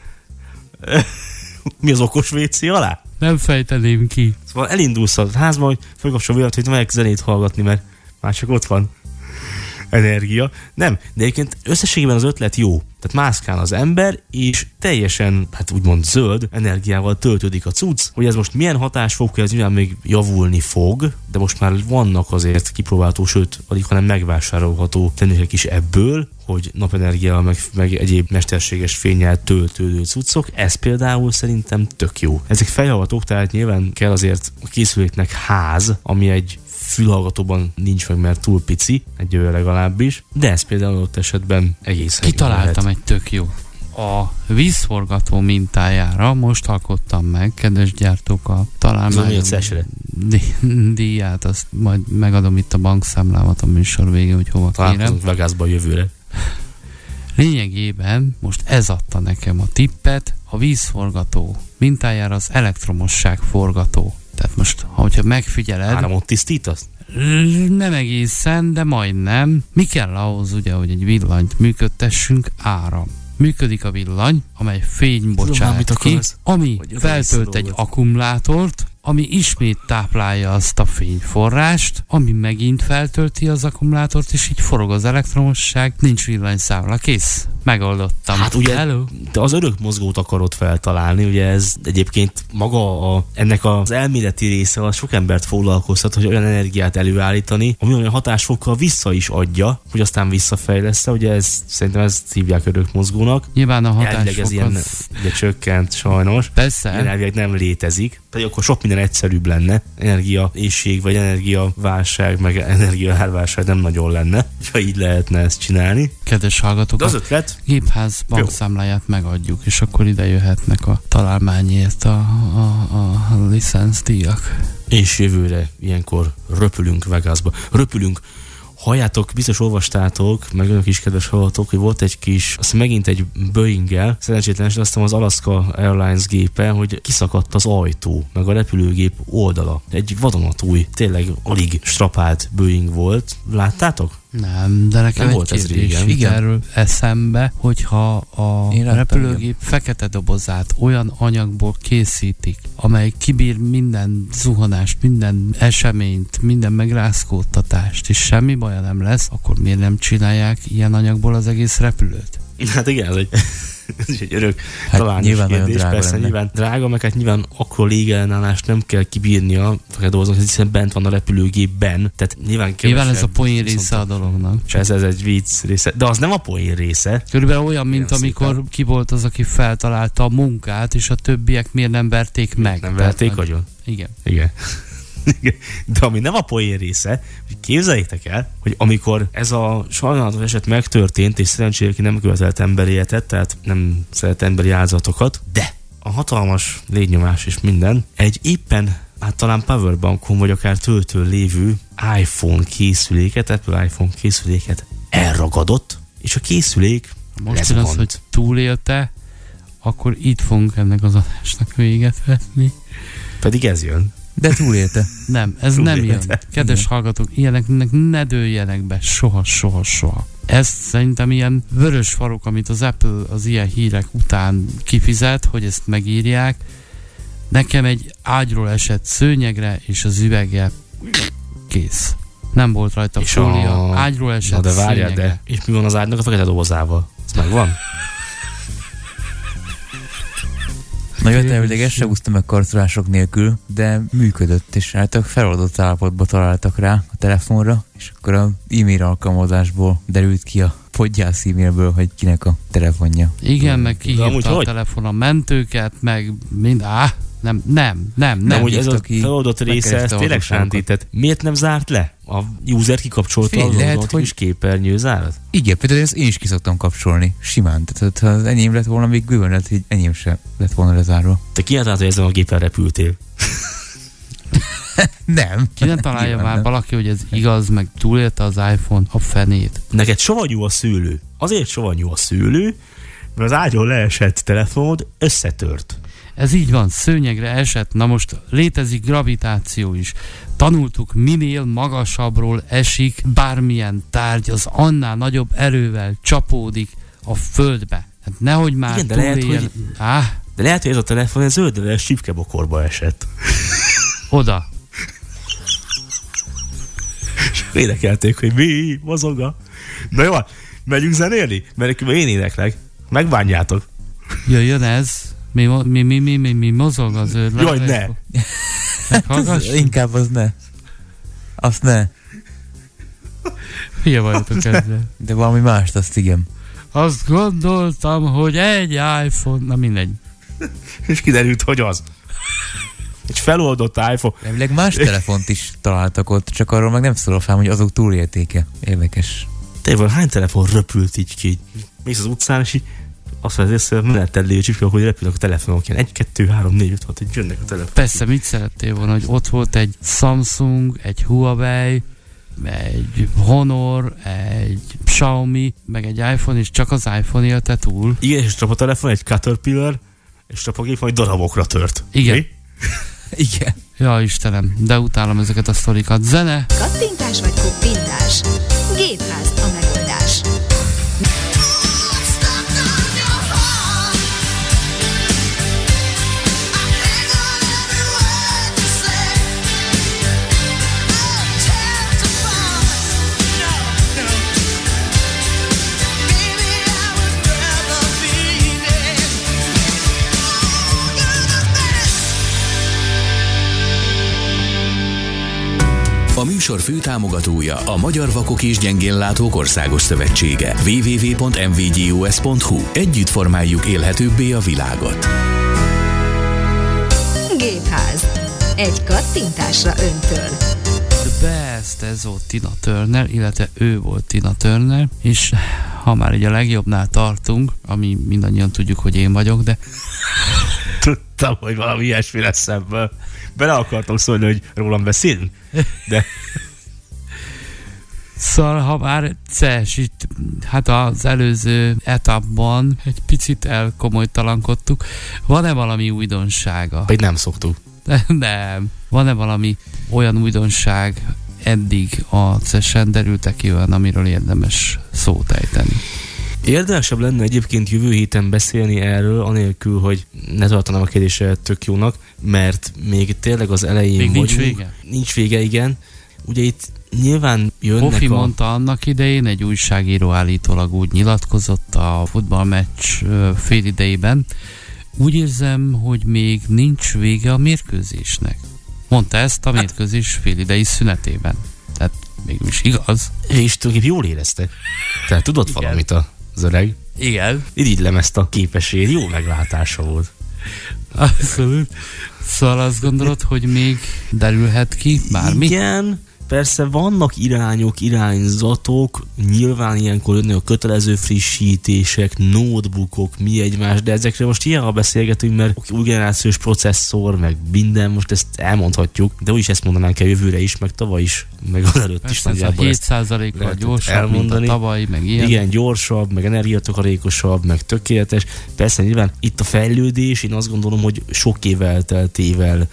Mi az okos vé cé alá? Nem fejteném ki. Szóval elindulsz a házba, hogy felkapcsol villant, hogy megyek zenét hallgatni, mert már csak ott van energia. Nem, de egyébként összességében az ötlet jó. Tehát mászkál az ember, és teljesen, hát úgymond zöld energiával töltődik a cucc. Hogy ez most milyen hatás fog, ez nyilván még javulni fog, de most már vannak azért kipróbálható, sőt, alig hanem megvásárolható termékek is ebből, hogy napenergiával, meg, meg egyéb mesterséges fénnyel töltődő cuccok. Ez például szerintem tök jó. Ezek fejhallgatók, tehát nyilván kell azért a készüléknek ház, ami egy fülhallgatóban nincs meg, mert túl pici, egy olyan legalábbis, de ez például ott esetben egészen kitaláltam egy tök jó. A vízforgató mintájára most alkottam meg, kedves gyártók, a találmányom díját, azt majd megadom itt a bankszámlámat a műsor végén, hogy hova kérem. Találkozunk Vegasba jövőre. Lényegében most ez adta nekem a tippet, a vízforgató mintájára az elektromosság forgató. Tehát most, hogyha megfigyeled... Áramot tisztítasz? Nem egészen, de majdnem. Mi kell ahhoz, ugye, hogy egy villanyt működtessünk? Áram. Működik a villany, amely fény bocsát ki, ami feltölt egy akkumulátort, ami ismét táplálja azt a fényforrást, ami megint feltölti az akkumulátort, és így forog az elektromosság, nincs villanyszámla, kész. Megoldottam. Hát ugye Hello. te az örök mozgót akarod feltalálni, ugye ez egyébként maga a, ennek az elméleti része az sok embert foglalkoztat, hogy olyan energiát előállítani, ami olyan hatásfokkal vissza is adja, hogy aztán visszafejlesz, ugye ez, szerintem ezt hívják örök mozgónak. Nyilván a Elvileg ez ilyen hatásfok az... ugye csökkent sajnos. Persze. Ilyen elvileg nem létezik, pedig akkor sok minden egyszerűbb lenne. Energia éhség, vagy energia válság, meg energia elválság nem nagyon lenne, ha így lehetne ezt csinálni. Kedves hallgatók, De az ötlet? Gépház bankszámláját megadjuk, és akkor ide jöhetnek a találmányért a, a, a licencdíjak. És jövőre ilyenkor röpülünk Vegasba. Röpülünk. Halljátok, biztos olvastátok, meg önök is kedves hallgatók, hogy volt egy kis, azt megint egy Boeing-el, szerencsétlen esetben az Alaska Airlines gépe, hogy kiszakadt az ajtó, meg a repülőgép oldala. Egy vadonatúj, tényleg alig strapált Boeing volt. Láttátok? Nem, de nekem Nem egy volt ez kérdés régen. igen. Erről eszembe, hogyha a Én láttam, repülőgép igen. fekete dobozát olyan anyagból készítik, amely kibír minden zuhanást, minden eseményt, minden megrázkódtatást, és semmi baja nem lesz, akkor miért nem csinálják ilyen anyagból az egész repülőt? Hát igen, ez egy, ez is egy örök Hát találás nyilván nagyon kérdés. drága Persze lenne. nyilván drága, meg hát nyilván akkor légellenállást nem kell kibírnia, fekete dolgoznak, hiszen bent van a repülőgépben, tehát nyilván kevesebb. Nyilván ez a poén viszont része a dolognak. És ez, ez egy vicc része, de az nem a poén része. Körülbelül olyan, mint Ilyen amikor szépen. ki volt az, aki feltalálta a munkát, és a többiek miért nem verték meg. Nem Tehát, verték hogy- agyon? Igen. Igen. Igen. De ami nem a poén része, hogy képzeljétek el, hogy amikor ez a sajnálatos eset megtörtént, és szerencsére ki nem követelt emberéletet, tehát nem szeret emberi áldozatokat, de a hatalmas légynyomás és minden, egy éppen, hát talán powerbankon vagy akár töltőn lévő iPhone készüléket, Apple iPhone készüléket elragadott, és a készülék Most jön az, lezuhant. hogy túlélte, akkor itt fogunk ennek az adásnak véget vetni. Pedig ez jön. De túlélte. Nem, ez Túlélte. nem jön. Kedves Igen. hallgatók, ilyeneknek ne dőljenek be soha, soha, soha. Ez szerintem ilyen vörös farok, amit az Apple az ilyen hírek után kifizet, hogy ezt megírják. Nekem egy ágyról esett szőnyegre, és az üvege kész. Nem volt rajta És fólia. a- Ágyról esett Na de várjál, szőnyegre. de és mi van az ágynak a fekete dobozával? Ez megvan? Na jött elvileg ezt se húzta meg karcolások nélkül, de működött, és általában feloldott állapotba találtak rá a telefonra, és akkor a e-mail alkalmazásból derült ki a podgyász e-mailből, hogy kinek a telefonja. Igen, meg De amúgy kihívta a hogy? telefon a mentőket, meg mind... Á, nem, nem, nem, Nem, nem. hogy ez a hívta ki, feloldott része, megkereste ez a tényleg hatóságokat. sántített. Miért nem zárt le? A user kikapcsolta Fél, az lehet, automatikus hogy- képernyőzárat? Igen, például ezt én is ki szoktam kapcsolni, simán. Tehát ha az enyém lett volna, még bőven lett, hogy enyém sem lett volna lezárva. Te kiáltál, hogy ezen a gépen repültél. Nem. Ki ne találja Nyilván már nem. valaki, hogy ez igaz, meg túlélte az iPhone a fenét. Neked savanyú a szőlő. Azért savanyú a szőlő, mert az ágyon leesett telefonod összetört. Ez így van, szőnyegre esett, na most létezik gravitáció is. Tanultuk, minél magasabbról esik bármilyen tárgy, az annál nagyobb erővel csapódik a földbe. Hát nehogy már Igen, de lehet, túlél... hogy- Áh, De lehet, hogy ez a telefon ez zöldleves csipkebokorba esett. oda. És énekelték, hogy mi, mozog a... Na jó, megyünk zenélni? Mert én éneklek. Megbánjátok. Jöjjön ez. Mi, mo- mi, mi, mi, mi, mi mozog az zöld Jaj, leves? ne! Meghallgassuk? Inkább az ne. Azt ne. Hülye vagytok ezzel. De valami mást, azt igen. Azt gondoltam, hogy egy iPhone... Na mindegy. És kiderült, hogy az. Egy feloldott iPhone. Elvileg más telefont is találtak ott, csak arról meg nem szól a fám, hogy azok túlértéke. Érdekes. Tényleg hány telefon röpült így ki? Mész az utcán, és így azt mondja, hogy menettel lévő csipkok, hogy repülnek a telefonok. Ilyen egy, kettő, három, négy, öt, hat, egy jönnek a telefonok. Persze, mit szerettél volna, hogy ott volt egy Samsung, egy Huawei, egy Honor, egy Xiaomi, meg egy iPhone, és csak az iPhone élte túl. Igen, és a telefon egy Caterpillar, és a gép majd darabokra tört. Igen. Mi? Igen. Ja, Istenem, de utálom ezeket a sztorikat. Zene? Kattintás vagy kuppintás? Gépház a megoldás. Baby, I was A műsor főtámogatója a Magyar Vakok és Gyengénlátók Országos Szövetsége. double-u double-u double-u pont em vé gé u es pont hu. Együtt formáljuk élhetőbbé a világot. Gépház. Egy kattintásra öntől. The Best, ez volt Tina Turner, illetve ő volt Tina Turner, és ha már így a legjobbnál tartunk, ami mindannyian tudjuk, hogy én vagyok, de tudtam, hogy valami ilyesmi lesz ebből. Bele akartam szólni, hogy rólam beszélünk, de... Szóval, ha már Ces, itt, hát az előző etapban egy picit elkomolytalankodtuk, van-e valami újdonsága? Vagy nem szoktuk. Nem. Van-e valami olyan újdonság eddig a Ces-en, derültek ki olyan, amiről érdemes szót ejteni? Érdemesebb lenne egyébként jövő héten beszélni erről, anélkül, hogy ne tartanám a kérdésre tök jónak, mert még tényleg az elején még vagyunk. nincs vége? Nincs vége, igen. Ugye itt nyilván jönnek Hofi a... mondta annak idején, egy újságíró állítólag úgy nyilatkozott a futballmeccs fél idejében, úgy érzem, hogy még nincs vége a mérkőzésnek. Mondta ezt a mérkőzés fél idei szünetében. Tehát mégis igaz. És tulajdonképpen jól érezte. Tehát tudott igen. valamit az öreg. Igen. Irigylem ezt a képességét, jó meglátása volt. Abszolút. Szóval azt gondolod, hogy még derülhet ki bármi? Igen, persze vannak irányok, irányzatok, nyilván ilyenkor jönnek a kötelező frissítések, notebookok, mi egymás, de ezekre most ilyen, ha beszélgetünk, mert új generációs processzor, meg minden, most ezt elmondhatjuk, de úgyis ezt mondanánk el jövőre is, meg tavaly is, meg az előtt is nagyjából. hét százalékkal gyorsabb, elmondani. Mint a tavaly, meg ilyen. Igen, gyorsabb, meg energiatakarékosabb, meg tökéletes. Persze nyilván itt a fejlődés, én azt gondolom, hogy sok év elteltével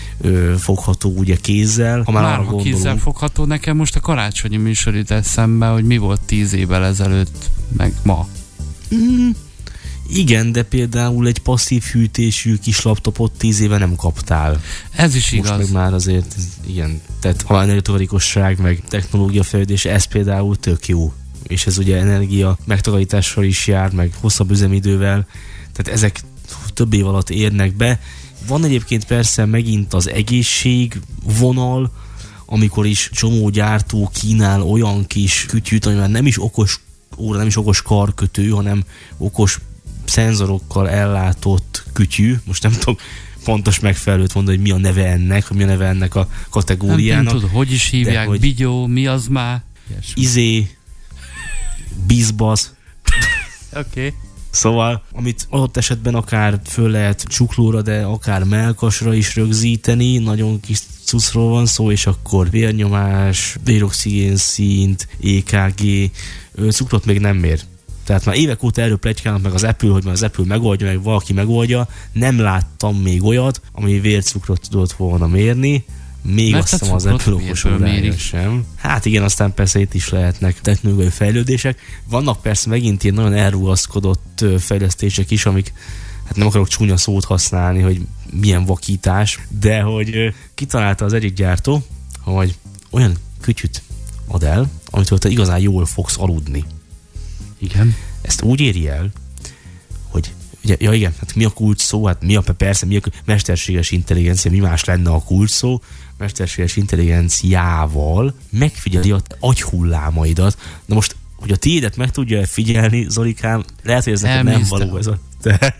Ö, fogható ugye kézzel. Ha már, már ha kézzel fogható, nekem most a karácsonyi műsor jut eszembe, hogy mi volt tíz évvel ezelőtt, meg ma. Mm, igen, de például egy passzív hűtésű kis laptopot tíz éve nem kaptál. Ez is most igaz. Most meg már azért, igen, tehát ha energiatakarékosság, meg technológia fejlődés, ez például tök jó. És ez ugye energia megtakarítással is jár, meg hosszabb üzemidővel, tehát ezek több év alatt érnek be. Van egyébként persze megint az egészség vonal, amikor is csomó gyártó kínál olyan kis kütyűt, ami már nem is okos óra, nem is okos karkötő, hanem okos szenzorokkal ellátott kütyű. Most nem tudom pontos megfelelőt mondani, hogy mi a neve ennek, hogy mi a neve ennek a kategóriának. Nem tudom, hogy is hívják, hogy bigyó, mi az már? Izé, bizbasz. Oké. Okay. Szóval, amit adott esetben akár föl lehet csuklóra, de akár mellkasra is rögzíteni, nagyon kis cuccról van szó, és akkor vérnyomás, véroxigén szint, é ká gé, cukrot még nem mér. Tehát már évek óta erről pletykálnak meg az Apple, hogy már az Apple megoldja, meg valaki megoldja. Nem láttam még olyat, ami vércukrot tudott volna mérni. Még mert azt hiszem az Apple okos órája sem. Hát igen, aztán persze itt is lehetnek technológiai fejlődések. Vannak persze megint ilyen nagyon elrugaszkodott fejlesztések is, amik, hát nem akarok csúnya szót használni, hogy milyen vakítás, de hogy kitalálta az egyik gyártó, hogy olyan kütyüt ad el, amitől te igazán jól fogsz aludni. Igen. Ezt úgy éri el, hogy ugye, ja igen, hát mi a kulcs szó? Hát mi a, persze, mi a mesterséges intelligencia, mi más lenne a kulcs szó? Mesterséges intelligenciával megfigyeli az agyhullámaidat. Na most, hogy a tiédet meg tudja figyelni, Zolikám, lehet, hogy ez neked nem való ez a... De,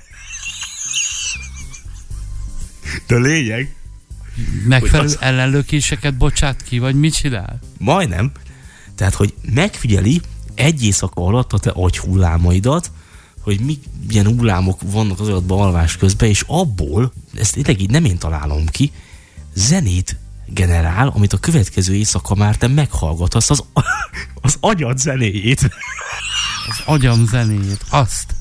de lényeg... Megfelelő az... ellenlökéseket bocsát ki, vagy mit csinál? Majdnem. Tehát, hogy megfigyeli egy éjszaka alatt a te agyhullámaidat, hogy milyen hullámok vannak az agyadban alvás közben, és abból, ezt tényleg így nem én találom ki, zenét generál, amit a következő éjszaka már te meghallgatsz, az, az agyad zenéjét. Az agyam zenéjét, azt.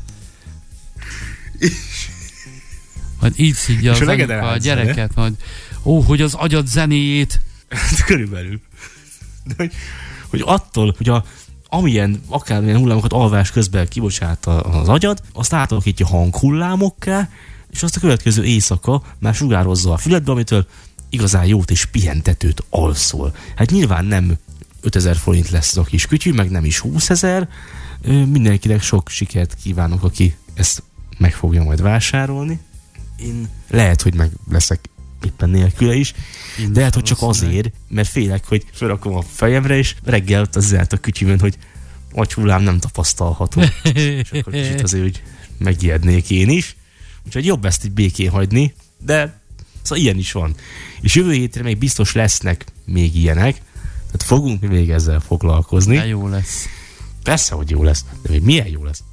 Majd így szídja az anyuka a gyereket, majd ó, hogy az agyad zenéjét. Körülbelül. De hogy, hogy attól, hogy a amilyen, akármilyen hullámokat alvás közben kibocsát az agyad, azt átalakítja hanghullámokká, és azt a következő éjszaka már sugározza a füledbe, amitől igazán jót és pihentetőt alszol. Hát nyilván nem ötezer forint lesz az a kis kütyű, meg nem is húszezer. Mindenkinek sok sikert kívánok, aki ezt meg fogja majd vásárolni. Én lehet, hogy meg leszek éppen nélküle is, Én de hát, hogy csak azért, mert félek, hogy felrakom a fejemre, és reggel ott az a kütyümön, hogy agyhullám nem tapasztalható. És akkor kicsit azért, hogy megijednék én is. Úgyhogy jobb ezt így békén hagyni, de szóval ilyen is van. És jövő hétre még biztos lesznek még ilyenek, tehát fogunk mi még ezzel foglalkozni. De jó lesz. Persze, hogy jó lesz, de még milyen jó lesz.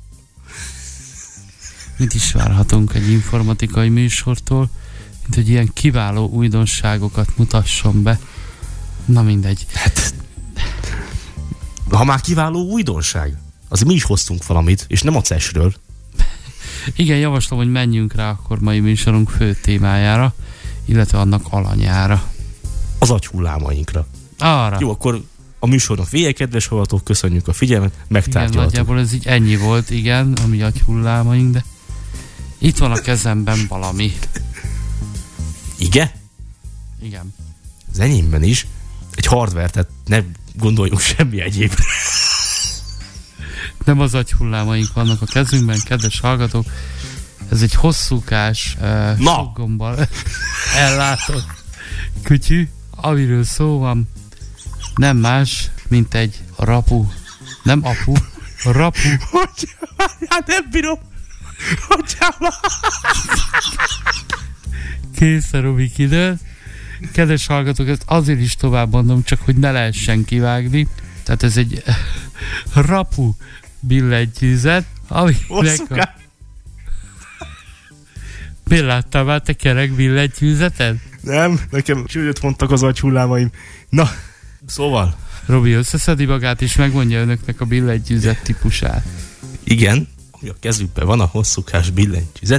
Mit is várhatunk egy informatikai műsortól, mint hogy ilyen kiváló újdonságokat mutasson be. Na mindegy. Hát, ha már kiváló újdonság, azért mi is hoztunk valamit, és nem a cé e es-ről. Igen, javaslom, hogy menjünk rá akkor mai műsorunk fő témájára, illetve annak alanyára. Az agyhullámainkra. Arra. Jó, akkor a műsornak vége, kedves hallgatók, köszönjük a figyelmet, megtárgyaltuk. Igen, nagyjából ez így ennyi volt, igen, a mi agyhullámaink, de itt van a kezemben valami. Igen? Igen. Az enyémben is. Egy hardware, tehát ne gondoljunk semmi egyébre. Nem az agyhullámaink vannak a kezünkben, kedves hallgatók. Ez egy hosszúkás, uh, sok gombbal ellátott kütyű, amiről szó van. Nem más, mint egy rapu. Nem apu, rapu. Hát nem bírom. Hogyan? Kész a Rubik időt. Kedves hallgatók, ezt azért is tovább mondom, csak hogy ne lehessen kivágni. Tehát ez egy rapu billentyűzet, aminek a... Miért láttál már te kerek billentyűzeted? Nem, nekem csődöt mondtak az agyhullámaim. Na, szóval... Robi összeszedi magát, és megmondja önöknek a billentyűzet típusát. Igen, ami a kezükben van, a hosszúkás billentyűzet.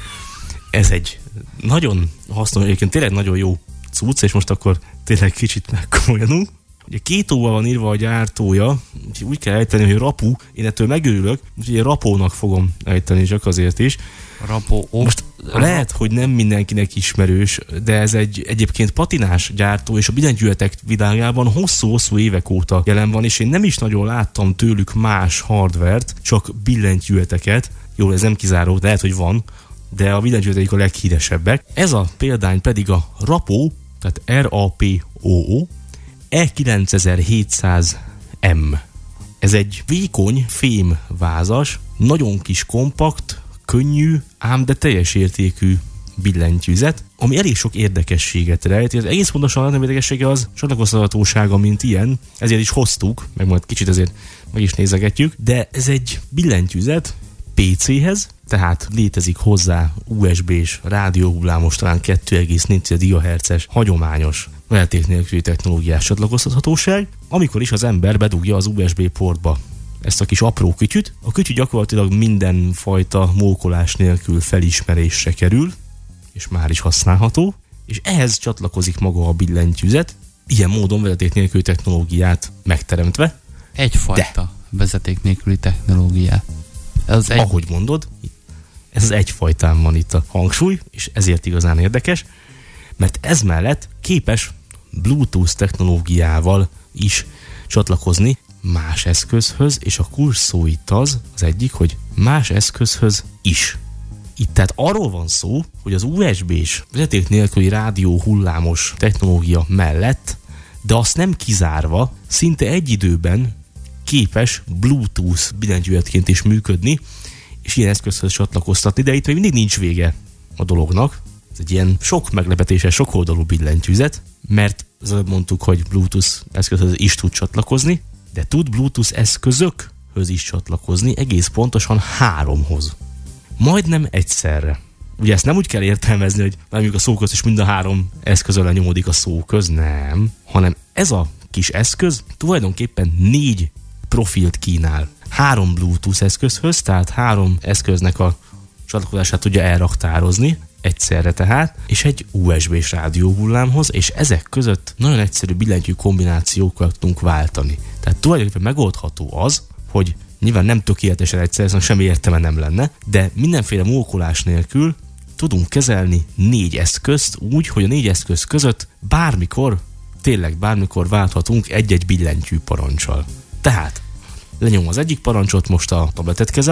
Ez egy nagyon hasznos, egyébként tényleg nagyon jó cucc, és most akkor tényleg kicsit megkomolyodunk. Ugye két óval van írva a gyártója, úgyhogy úgy kell ejteni, hogy rapu, én ettől megörülök, úgyhogy rapónak fogom ejteni csak azért is. Rapó. Most lehet, hogy nem mindenkinek ismerős, de ez egy egyébként patinás gyártó, és a billentyűzetek világában hosszú-hosszú évek óta jelen van, és én nem is nagyon láttam tőlük más hardvert, csak billentyűzeteket. Jó, ez nem kizáró, de lehet, hogy van, de a billentyűzeteik a leghíresebbek. Ez a példány pedig a Rapó, tehát er á pé o o E kilencezer-hétszáz em. Ez egy vékony fém vázas, nagyon kis kompakt, könnyű, ám de teljes értékű billentyűzet, ami elég sok érdekességet rejt. Az egész pontosan nem érdekessége az csatlakoztathatósága, mint ilyen, ezért is hoztuk, meg majd kicsit ezért meg is nézegetjük, de ez egy billentyűzet pé céhez, tehát létezik hozzá u es bé-s, rádióhullámos, talán kettő egész négy gigahertzes hagyományos vezeték nélküli technológiás csatlakoztathatóság, amikor is az ember bedugja az u es bé portba ezt a kis apró kütyüt. A kütyű gyakorlatilag mindenfajta mókolás nélkül felismerésre kerül, és már is használható, és ehhez csatlakozik maga a billentyűzet, ilyen módon vezeték nélküli technológiát megteremtve. Egyfajta de, vezeték nélküli technológiát. Ez egy... Ahogy mondod, ez az egyfajtán van itt a hangsúly, és ezért igazán érdekes, mert ez mellett képes Bluetooth technológiával is csatlakozni más eszközhöz, és a kulcs szó itt az, az egyik, hogy más eszközhöz is. Itt tehát arról van szó, hogy az u es bé-s vezeték nélküli rádió hullámos technológia mellett, de azt nem kizárva, szinte egy időben képes Bluetooth billentyűzetként is működni, és ilyen eszközhöz csatlakoztatni, de itt még mindig nincs vége a dolognak. Ez egy ilyen sok meglepetéses, sok oldalú billentyűzet, mert az előbb mondtuk, hogy Bluetooth eszközhöz is tud csatlakozni, de tud Bluetooth eszközökhöz is csatlakozni, egész pontosan háromhoz. Majdnem egyszerre. Ugye ezt nem úgy kell értelmezni, hogy mondjuk a szóköz is mind a három eszközön lenyomódik a szóköz, nem, hanem ez a kis eszköz tulajdonképpen négy profilt kínál. Három Bluetooth eszközhöz, tehát három eszköznek a csatlakozását tudja elraktározni, egyszerre tehát, és egy u es bé-s rádióhullámhoz, és ezek között nagyon egyszerű billentyű kombinációkat tudunk váltani. Tehát tulajdonképpen megoldható az, hogy nyilván nem tökéletesen egyszer, szóval semmi értelme nem lenne, de mindenféle mókolás nélkül tudunk kezelni négy eszközt úgy, hogy a négy eszköz között bármikor, tényleg bármikor válthatunk egy-egy billentyű parancsal. Tehát lenyom az egyik parancsot, most a tabletet kezelem,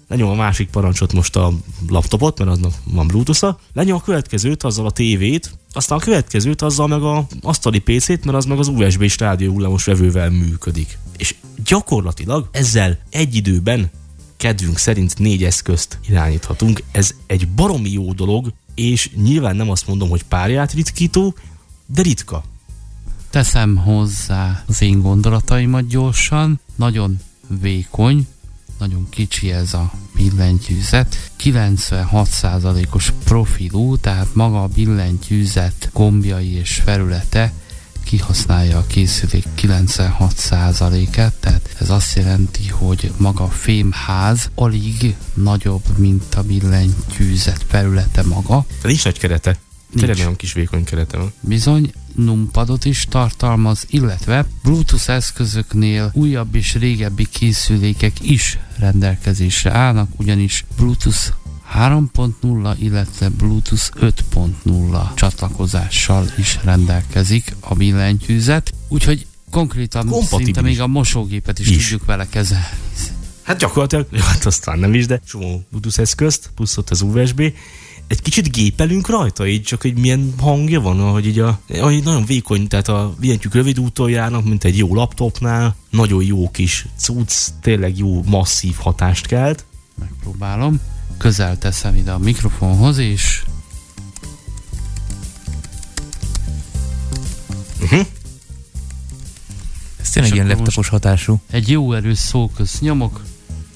lenyom a másik parancsot most a laptopot, mert aznak van Bluetooth-a, lenyom a következőt azzal a tévét, aztán a következőt azzal meg a asztali pé cét, mert az meg az u es bé-s rádió hullámos vevővel működik. És gyakorlatilag ezzel egy időben kedvünk szerint négy eszközt irányíthatunk. Ez egy baromi jó dolog, és nyilván nem azt mondom, hogy párját ritkító, de ritka. Teszem hozzá az én gondolataimat gyorsan, nagyon vékony, nagyon kicsi ez a billentyűzet, kilencvenhat százalékos profilú, tehát maga a billentyűzet gombjai és felülete kihasználja a készülék kilencvenhat százalékát, tehát ez azt jelenti, hogy maga a fémház alig nagyobb, mint a billentyűzet felülete maga. De nincs nagy kerete. Tényleg nagyon kis vékony kerete van. Bizony, numpadot is tartalmaz, illetve Bluetooth eszközöknél újabb és régebbi készülékek is rendelkezésre állnak, ugyanis Bluetooth három pont nulla, illetve Bluetooth öt pont nulla csatlakozással is rendelkezik a billentyűzet, úgyhogy konkrétan szinte még a mosógépet is, is tudjuk vele kezelni. Hát gyakorlatilag, hát aztán nem is, de csomó Bluetooth eszközt, plusz ott az u es bé. Egy kicsit gépelünk rajta, így csak egy milyen hangja van, ahogy így a, ahogy nagyon vékony, tehát a billentyűk rövid úton járnak, mint egy jó laptopnál, nagyon jó kis cucc, tényleg jó masszív hatást kelt. Megpróbálom, közel teszem ide a mikrofonhoz, és Uh-huh. Ez tényleg ilyen laptopos hatású. Egy jó erős szóközt nyomok.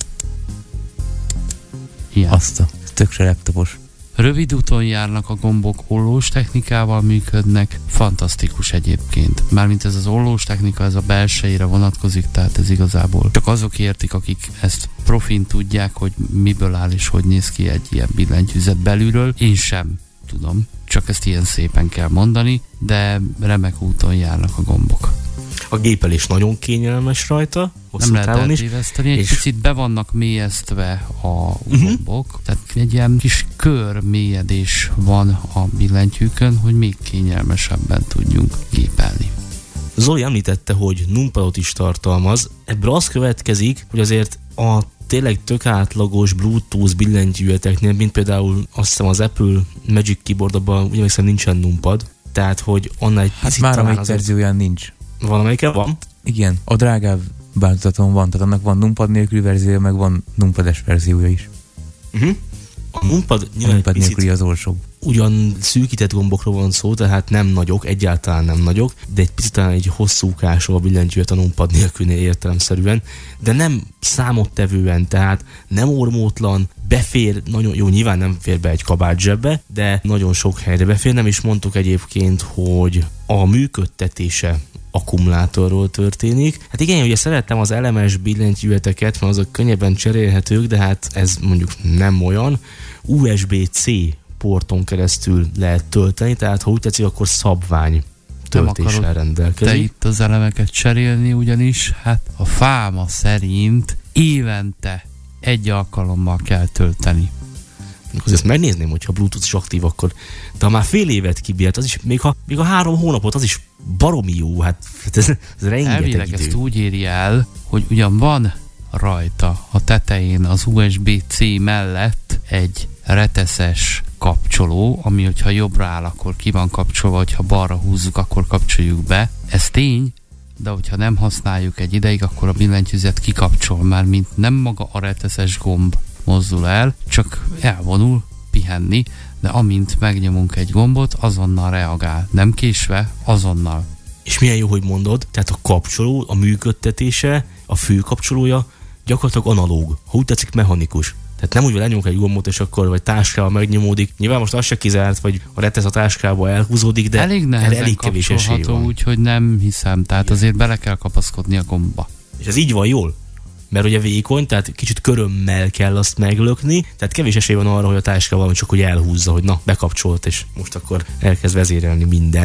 Ilyen. Azt a tökre laptopos. Rövid úton járnak a gombok, ollós technikával működnek, fantasztikus egyébként. Mármint ez az ollós technika, ez a belsejére vonatkozik, tehát ez igazából csak azok értik, akik ezt profin tudják, hogy miből áll és hogy néz ki egy ilyen billentyűzet belülről. Én sem tudom, csak ezt ilyen szépen kell mondani, de remek úton járnak a gombok. A gépelés nagyon kényelmes rajta, nem lehet eltéveszteni, egy és... picit be vannak mélyeztve a uh-huh. gombok, tehát egy ilyen kis kör mélyedés van a billentyűkön, hogy még kényelmesebben tudjunk gépelni. Zoli említette, hogy numpadot is tartalmaz, ebből az következik, hogy azért a tényleg tök átlagos Bluetooth billentyűeteknél, mint például azt hiszem az Apple Magic Keyboard-ban ugyanis nincsen numpad, tehát hogy annál egy hát picit már talán amelyik verzióján nincs. Valamelyiken van? Igen, a drágább változaton van, tehát annak van numpad nélküli verziója, meg van numpades verziója is. Uh-huh. A numpad, a numpad nélküli az olcsóbb. Ugyan szűkített gombokról van szó, tehát nem nagyok, egyáltalán nem nagyok, de egy picit talán egy hosszúkású a billentyűt a numpad nélkülnél értelemszerűen, de nem számottevően, tehát nem ormótlan, befér, nagyon jó, nyilván nem fér be egy kabát zsebbe, de nagyon sok helyre befér, nem is mondtuk egyébként, hogy a működtetése akkumulátorról történik. Hát igen, ugye szerettem az elemes billentyűzeteket, mert azok könnyebben cserélhetők, de hát ez mondjuk nem olyan. u es bé-C porton keresztül lehet tölteni, tehát ha úgy tetszik, akkor szabvány töltéssel rendelkezik. Te itt az elemeket cserélni, ugyanis hát a fáma szerint évente egy alkalommal kell tölteni. Akkor ezt megnézném, hogyha Bluetooth is aktív, akkor de ha már fél évet kibírt, az is, még ha, még a három hónapot, az is baromi jó, hát ez, ez rengeteg elvileg idő. Ezt úgy éri el, hogy ugyan van rajta a tetején az u es bé-C mellett egy reteszes kapcsoló, ami hogyha jobbra áll, akkor ki van kapcsolva, hogyha balra húzzuk, akkor kapcsoljuk be. Ez tény, de hogyha nem használjuk egy ideig, akkor a billentyűzet kikapcsol már, mint nem maga a reteszes gomb mozdul el, csak elvonul pihenni, de amint megnyomunk egy gombot, azonnal reagál. Nem késve, azonnal. És milyen jó, hogy mondod, tehát a kapcsoló, a működtetése, a főkapcsolója gyakorlatilag analóg, ha úgy tetszik mechanikus. Tehát nem úgy, hogy lenyomunk egy gombot, és akkor vagy táskával megnyomódik. Nyilván most az se kizárt, vagy a retesz a táskába elhúzódik, de elég nehezen elég kevés esély van. Úgyhogy nem hiszem, tehát igen, azért bele kell kapaszkodni a gombba. És ez így van jól? Mert ugye vékony, tehát kicsit körömmel kell azt meglökni, tehát kevés esély van arra, hogy a táskával csak hogy elhúzza, hogy na, bekapcsolt, és most akkor elkezd vezérelni mindent.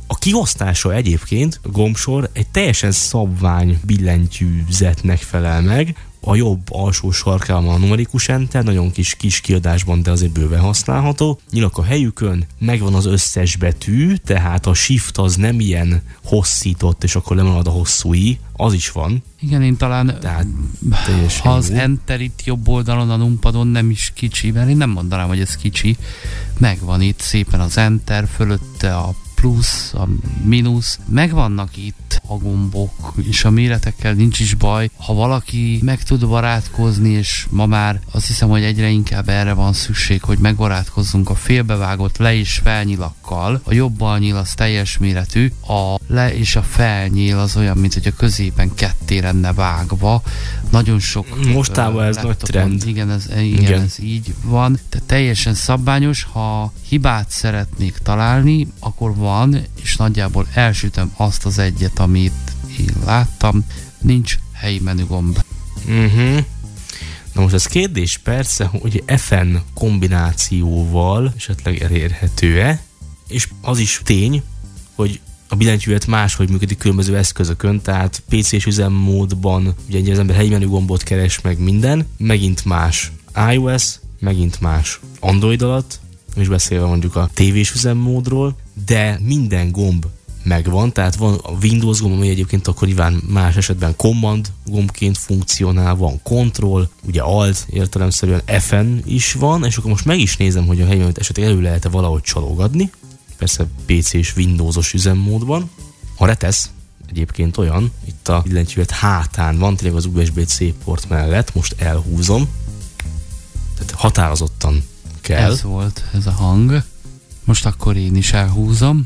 A kiosztása egyébként a gombsor egy teljesen szabvány billentyűzetnek felel meg. A jobb alsó sarkában a numerikus enter, nagyon kis, kis kiadásban, de azért bőven használható. Nyilak a helyükön, megvan az összes betű, tehát a shift az nem ilyen hosszított, és akkor lemarad a hosszú i, az is van. Igen, én talán, tehát, ha az jó. Enter itt jobb oldalon a numpadon nem is kicsi, mert én nem mondanám, hogy ez kicsi. Megvan itt szépen az enter, fölötte a plusz, a mínusz, megvannak itt a gombok, és a méretekkel nincs is baj. Ha valaki meg tud barátkozni, és ma már azt hiszem, hogy egyre inkább erre van szükség, hogy megbarátkozzunk a félbevágott le- és felnyilakkal. A jobb alnyíl az teljes méretű, a le- és a felnyíl az olyan, mint hogy a középen ketté lenne vágva. Nagyon sok... Mostában ez nagy trend. Igen, ez, igen, igen, ez így van. Tehát teljesen szabványos. Ha hibát szeretnék találni, akkor van, és nagyjából elsütöm azt az egyet, amit én láttam. Nincs helyi menügomb. Uh-huh. Na most ez kérdés persze, hogy ef en kombinációval esetleg elérhető-e, és az is tény, hogy a billentyűzet máshogy működik különböző eszközökön, tehát pé cés üzemmódban ugye az ember helyi menügombot keres meg minden, megint más iOS, megint más Android alatt, és beszélve mondjuk a tévés üzemmódról, de minden gomb megvan, tehát van a Windows gomb, ami egyébként akkor nyilván más esetben Command gombként funkcionál, van Control, ugye Alt értelemszerűen ef en is van, és akkor most meg is nézem, hogy a helyi menüt esetleg elő lehet-e valahogy csalogatni, persze pé cés Windowsos üzemmódban. A Retesz egyébként olyan, itt a billentyűzet hátán van, tényleg az u es bé-C port mellett, most elhúzom, tehát határozottan kell. Ez volt ez a hang. Most akkor én is elhúzom.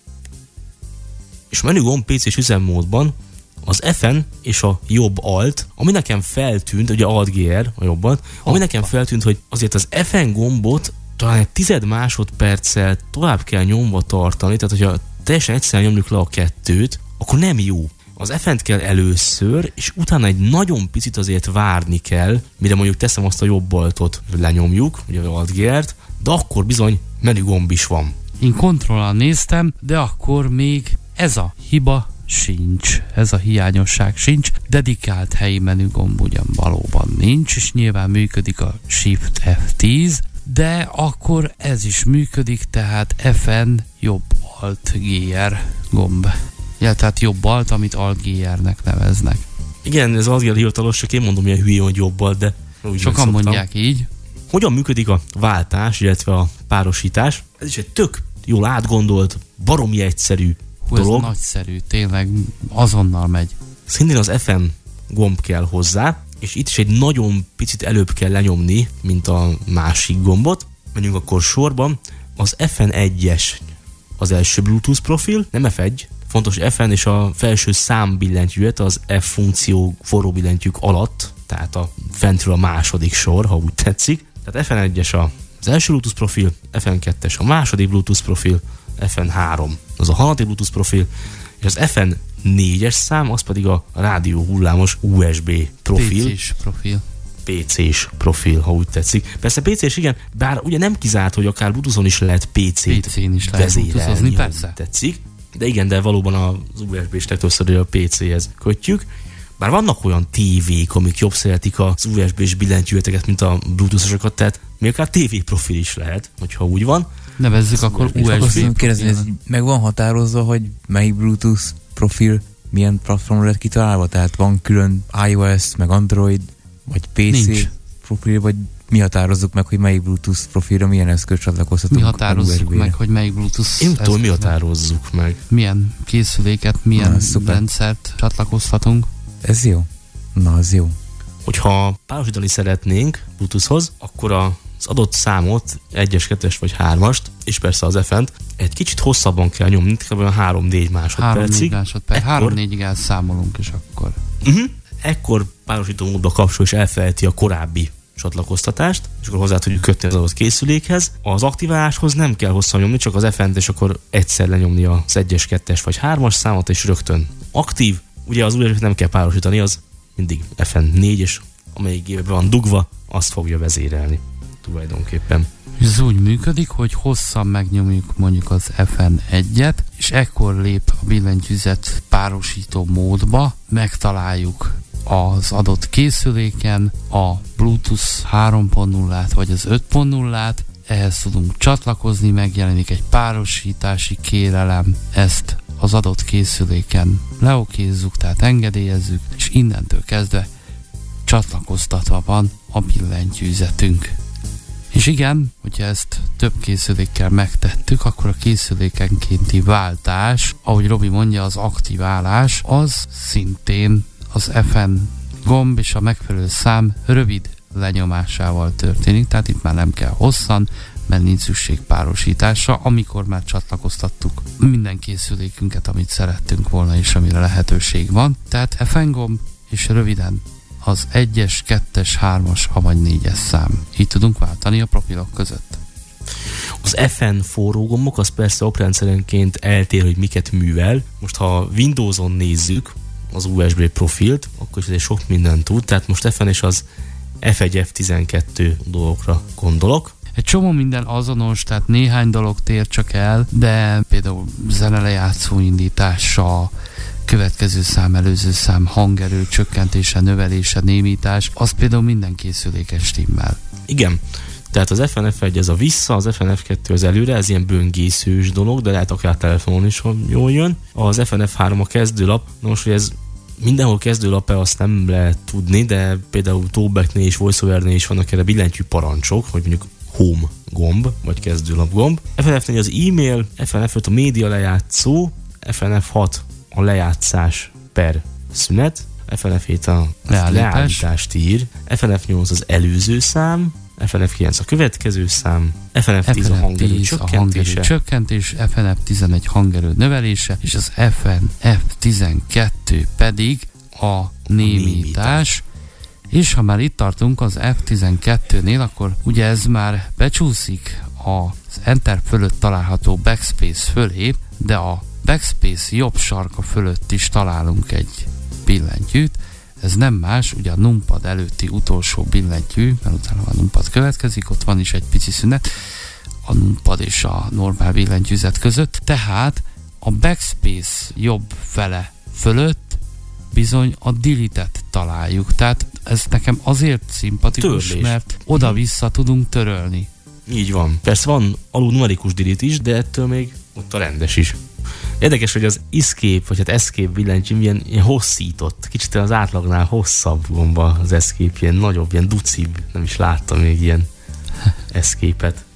És menügomb pé cés üzemmódban az ef en és a jobb alt, ami nekem feltűnt, ugye Alt gé er a jobban, ami nekem feltűnt, hogy azért az ef en gombot talán egy tized másodperccel tovább kell nyomva tartani, tehát hogyha teljesen egyszerűen nyomjuk le a kettőt, akkor nem jó. Az ef en-t kell először, és utána egy nagyon picit azért várni kell, mire mondjuk teszem azt a jobb altot, lenyomjuk, ugye az Alt gé er-t, de akkor bizony menügomb is van. Én kontrollal néztem, de akkor még ez a hiba sincs, ez a hiányosság sincs, dedikált helyi menügomb ugyan valóban nincs, és nyilván működik a Shift ef tíz, de akkor ez is működik, tehát ef en jobb Alt gé er gomb. Ja, tehát jobb alt, amit Alt gé er-nek neveznek. Igen, ez Alt gé er hivatalos, csak én mondom ilyen hülyén, hogy jobb alt, de úgy sokan mondják így. Hogyan működik a váltás, illetve a párosítás? Ez is egy tök jól átgondolt, baromi egyszerű Hú, dolog. Ez nagyszerű, tényleg azonnal megy. Szintén az ef en gomb kell hozzá, és itt is egy nagyon picit előbb kell lenyomni, mint a másik gombot. Menjünk akkor sorban. Az ef en egyes az első Bluetooth profil, nem ef egy, fontos ef en és a felső szám billentyűet az F funkció forró billentyűk alatt, tehát a fentről a második sor, ha úgy tetszik. Tehát ef en egyes az első Bluetooth profil, ef en kettes a második Bluetooth profil, ef en három az a harmadik Bluetooth profil, és az ef en négyes szám, az pedig a rádió hullámos u es bé profil. pé cés profil. pé cés profil, ha úgy tetszik. Persze pé cés, igen, bár ugye nem kizárt, hogy akár Bluetoothon is lehet pé cét pé cén is lehet vezérelni, persze. Tetszik. De igen, de valóban az u es bé-s legtöbbször a pé céhez kötjük. Bár vannak olyan tévék, amik jobb szeretik az u es bé-s billentyűzeteket, mint a Bluetooth-osokat, tehát még akár té vé profil is lehet, hogyha úgy van. Nevezzük akkor u es bé profil. Meg van határozva, hogy melyik Bluetooth profil milyen platformra lett kitalálva? Tehát van külön iOS, meg Android, vagy pé cé Nincs. profil, vagy mi határozzuk meg, hogy melyik Bluetooth profilra milyen eszköz csatlakozhatunk? Mi határozzuk meg, hogy melyik Bluetooth Én tudom, mi határozzuk meg. Milyen készüléket, milyen Na, rendszert csatlakozhatunk. Ez jó. Na, az jó. Hogyha párosítani szeretnénk Bluetoothhoz, akkor az adott számot, egyes, kettes vagy hármast, és persze az ef en-t, egy kicsit hosszabban kell nyomni, kb. három-négy másodpercig. másodperc. három-négyig elszámolunk, és akkor... Uh-huh. Ekkor párosító módba kapcsol, és elfelejti a korábbi csatlakoztatást, és akkor hozzá tudjuk kötni az adott készülékhez. Az aktiváláshoz nem kell hosszan nyomni, csak az ef en-t, és akkor egyszer lenyomni az egyes, kettes vagy hármas számot, és rögtön aktív. Ugye az u es bé-t nem kell párosítani, az mindig ef en négy, és amelyik gépben van dugva, azt fogja vezérelni. tulajdonképpen. Ez úgy működik, hogy hosszan megnyomjuk mondjuk az ef en egyet, és ekkor lép a billentyűzet párosító módba, megtaláljuk az adott készüléken a Bluetooth három pont nullát vagy az öt pont nullát, ehhez tudunk csatlakozni, megjelenik egy párosítási kérelem, ezt az adott készüléken leokézzuk, tehát engedélyezzük, és innentől kezdve csatlakoztatva van a billentyűzetünk. És igen, hogyha ezt több készülékkel megtettük, akkor a készülékenkénti váltás, ahogy Robi mondja, az aktiválás, az szintén az ef en gomb és a megfelelő szám rövid lenyomásával történik, tehát itt már nem kell hosszan, mert nincs szükség párosításra, amikor már csatlakoztattuk minden készülékünket, amit szerettünk volna, és amire lehetőség van. Tehát ef en gomb, és röviden az egyes, kettes, hármas, vagy négyes szám. Így tudunk váltani a profilok között. Az ef en forrógombok, az persze oprendszerenként eltér, hogy miket művel. Most ha Windowson nézzük az u es bé profilt, akkor is sok mindent tud, tehát most ef en és az ef egy ef tizenkettő dolgokra gondolok. Egy csomó minden azonos, tehát néhány dolog tér csak el, de például zenelejátszó indítása, következő szám, előző szám, hangerő csökkentése, növelése, némítás, az például minden készüléken stimmel. Igen, tehát az ef en ef egy ez a vissza, az ef en ef kettő az előre, ez ilyen böngészős dolog, de lehet akár telefonon is jól jön. Az ef en ef három a kezdőlap, na most, hogy ez mindenhol kezdőlap-e, azt nem lehet tudni, de például Talkbacknél és VoiceOvernél is vannak erre billentyű parancsok, hogy mondjuk home gomb, vagy kezdőlap gomb. ef en ef négy az e-mail, ef en ef öt a média lejátszó, ef en ef hat a lejátszás per szünet, ef en ef hét a leállítást ír, ef en ef nyolc az előző szám, ef en ef kilenc a következő szám, ef en ef tíz a hangerő csökkentése, csökkentés, ef en ef tizenegy hangerő növelése, és az ef en ef tizenkettő pedig a némítás. És ha már itt tartunk az ef tizenkettőnél, akkor ugye ez már becsúszik az Enter fölött található Backspace fölé, de a Backspace jobb sarka fölött is találunk egy billentyűt. Ez nem más, ugye a numpad előtti utolsó billentyű, mert utána a numpad következik, ott van is egy pici szünet a numpad és a normál billentyűzet között. Tehát a Backspace jobb fele fölött bizony a delete-et találjuk. Tehát ez nekem azért szimpatikus, törlés, mert oda-vissza tudunk törölni. Így van. Persze van alul numerikus delete is, de ettől még ott a rendes is. Érdekes, hogy az Escape, vagy hát Escape billentyű ilyen, ilyen hosszított, kicsit az átlagnál hosszabb gomba az Escape, ilyen nagyobb, ilyen ducibb, nem is láttam még ilyen Escape-et.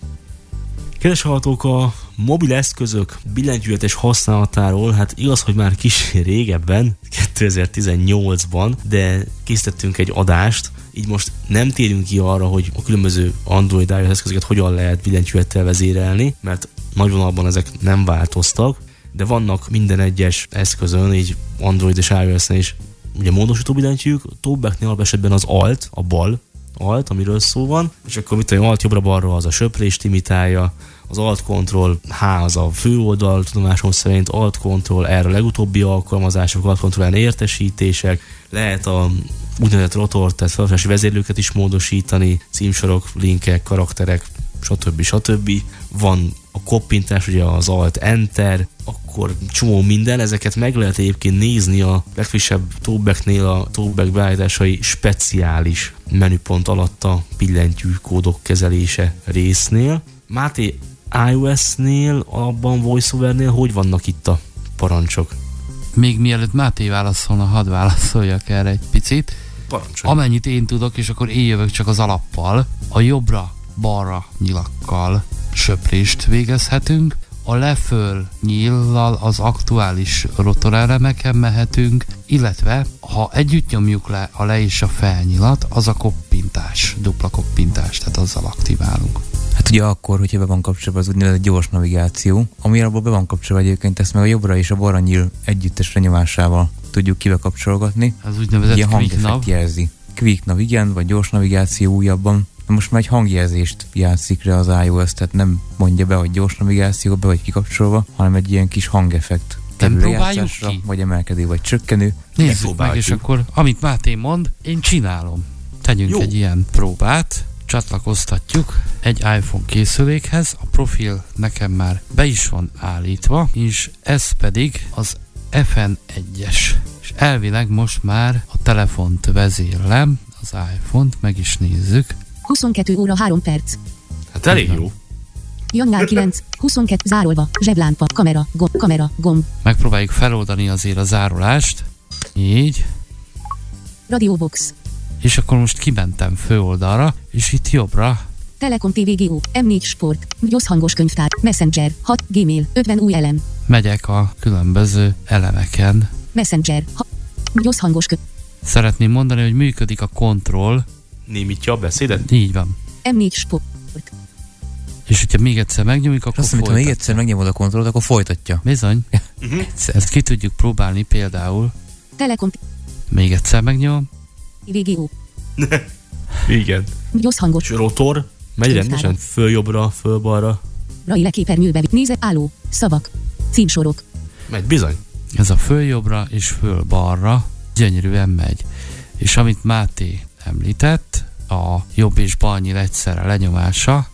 Kedves hallgatók, a mobil eszközök billentyűzetes használatáról, hát igaz, hogy már kis régebben, kétezer-tizennyolcban, de készítettünk egy adást, így most nem térünk ki arra, hogy a különböző Android iOS eszközöket hogyan lehet billentyűzettel vezérelni, mert nagy vonalban ezek nem változtak, de vannak minden egyes eszközön, így Android és iOS-nél is ugye módosító billentyűk, Talkbacknél esetben az Alt, a bal Alt, amiről szó van, és akkor mit a Alt jobbra-balra az a söprést imitálja, az Alt Control H az a főoldal tudomásom szerint, Alt Control R a legutóbbi alkalmazások, Alt Control N értesítések, lehet a úgynevezett rotor, tehát felhasználási vezérlőket is módosítani, címsorok, linkek, karakterek, stb. stb. Van a koppintás, ugye az Alt Enter, akkor csomó minden, ezeket meg lehet egyébként nézni a legfrissebb Talkbacknél, a Talkback beállításai speciális menüpont alatt a billentyű kódok kezelése résznél. Máté, iOS-nél, abban VoiceOvernél hogy vannak itt a parancsok? Még mielőtt Máté válaszolna, hadd válaszoljak erre egy picit. Parancsolj. Amennyit én tudok, és akkor én jövök csak az alappal, a jobbra-balra nyilakkal söprést végezhetünk, a leföl nyíllal az aktuális rotorelemeken mehetünk, illetve ha együtt nyomjuk le a le és a felnyilat, az a koppintás, dupla koppintás, tehát azzal aktiválunk. Hát ugye akkor, hogyha be van kapcsolva az úgynevezett gyors navigáció, ami abból be van kapcsolva egyébként, ezt meg a jobbra és a balra nyíl együttes lenyomásával tudjuk kibe kapcsolgatni. Az úgynevezett ilyen quick nav. jelzi. Quick nav, igen, vagy gyors navigáció újabban. Most már egy hangjelzést játszik rá az iOS, tehát nem mondja be, hogy gyors navigáció be vagy kikapcsolva, hanem egy ilyen kis hangeffekt kerül lejátszásra, vagy emelkedő, vagy csökkenő. Nézzük meg, és akkor amit Máté mond, én csinálom. Tegyünk Jó. egy ilyen próbát. csatlakoztatjuk egy iPhone készülékhez. A profil nekem már be is van állítva, és ez pedig az ef en egyes. És elvileg most már a telefont vezérlem, az iPhone-t, meg is nézzük. huszonkettő óra három perc. Hát elég jó. Január kilenc, huszonkettő, zárolva, zseblámpa, kamera, gomb, kamera, gomb. Megpróbáljuk feloldani azért a zárolást. Így. Radiobox. És akkor most kimentem főoldalra, és itt jobbra. Telekom té vé gé o, em négy Sport, gyoszhangos könyvtár, Messenger, hat, Gmail, ötven új elem. Megyek a különböző elemeken. Messenger, ha, gyoszhangos könyv. Szeretném mondani, hogy működik a kontroll. Némítja a beszédet? Így van. em négy Sport. És hogyha még egyszer megnyomjuk, akkor azt mondom, ha még egyszer megnyomod a kontrollt, akkor folytatja. Bizony. Ezt ki tudjuk próbálni például. Telekom Még egyszer megnyom. té vé gé o. Igen. Gyoszhangos. És rotor megy rendesen föl jobbra, föl balra. Braille képernyőbe. Nézze, álló, szavak, címsorok. Megy bizony. Ez a föl jobbra és föl balra gyönyörűen megy. És amit Máté említett, a jobb és bal nyíl egyszerre lenyomása.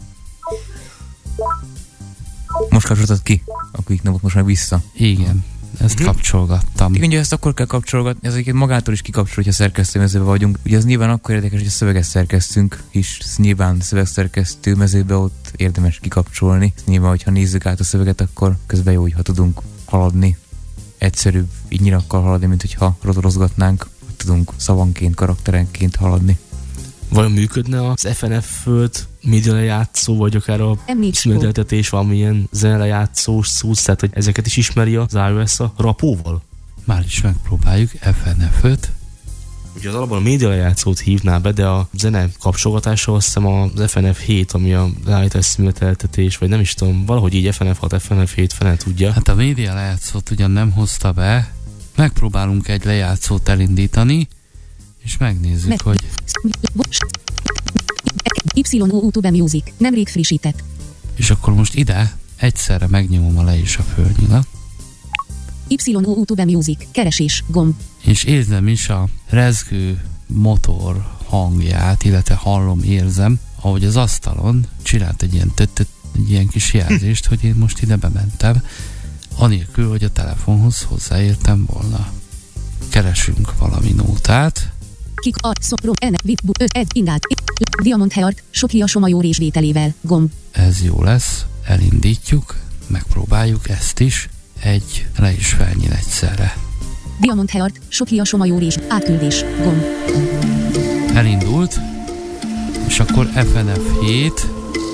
Most kapcsoltad ki a quicknapot, most meg vissza. Igen, ezt Uh-huh. kapcsolgattam. Igen, ugye ezt akkor kell kapcsolgatni, ez egyébként magától is kikapcsol, hogyha szerkesztőmezőben vagyunk. Ugye az nyilván akkor érdekes, hogy a szöveget szerkesztünk, és nyilván szövegszerkesztő mezőben ott érdemes kikapcsolni. Nyilván, hogyha nézzük át a szöveget, akkor közben jó, hogyha tudunk haladni. Egyszerűbb így nyirakkal haladni, mint hogyha rotorozgatnánk, hogy tudunk szavanként, karakterenként haladni. Vajon működne az ef en ef föld médialejátszó, vagy akár a szüneteltetés, valamilyen zenelejátszós szúsz, tehát hogy ezeket is ismeri az iOS a rapóval? Már is megpróbáljuk, ef en ef öt. Ugye az alapban a médialejátszót hívná be, de a zene kapcsolgatása azt hiszem az ef en ef hét, ami a leállítás szüneteltetés, vagy nem is tudom, valahogy így ef en ef hat, ef en ef hét fene tudja. Hát a média lejátszót ugyan nem hozta be, megpróbálunk egy lejátszót elindítani, és megnézzük, Met- hogy... Y O YouTube Music, nemrég frissített. És akkor most ide egyszerre megnyomom a le és a fölnyilat. Y O YouTube Music, keresés, gomb. És érzem is a rezgő motor hangját, illetve hallom, érzem, ahogy az asztalon csinált egy ilyen, tött, egy ilyen kis jelzést, hogy én most ide bementem, anélkül, hogy a telefonhoz hozzáértem volna. Keresünk valami nótát. Kik, a, szoprom, ene, vip, bu, öt, ed, indát, Diamond Heart, Sokia Somajó részvételével, gomb. Ez jó lesz, elindítjuk, megpróbáljuk ezt is, egy le is felnyíl egyszerre. Diamond Heart, Sokia Somajó rés, átküldés, gomb. Elindult, és akkor ef en ef hét,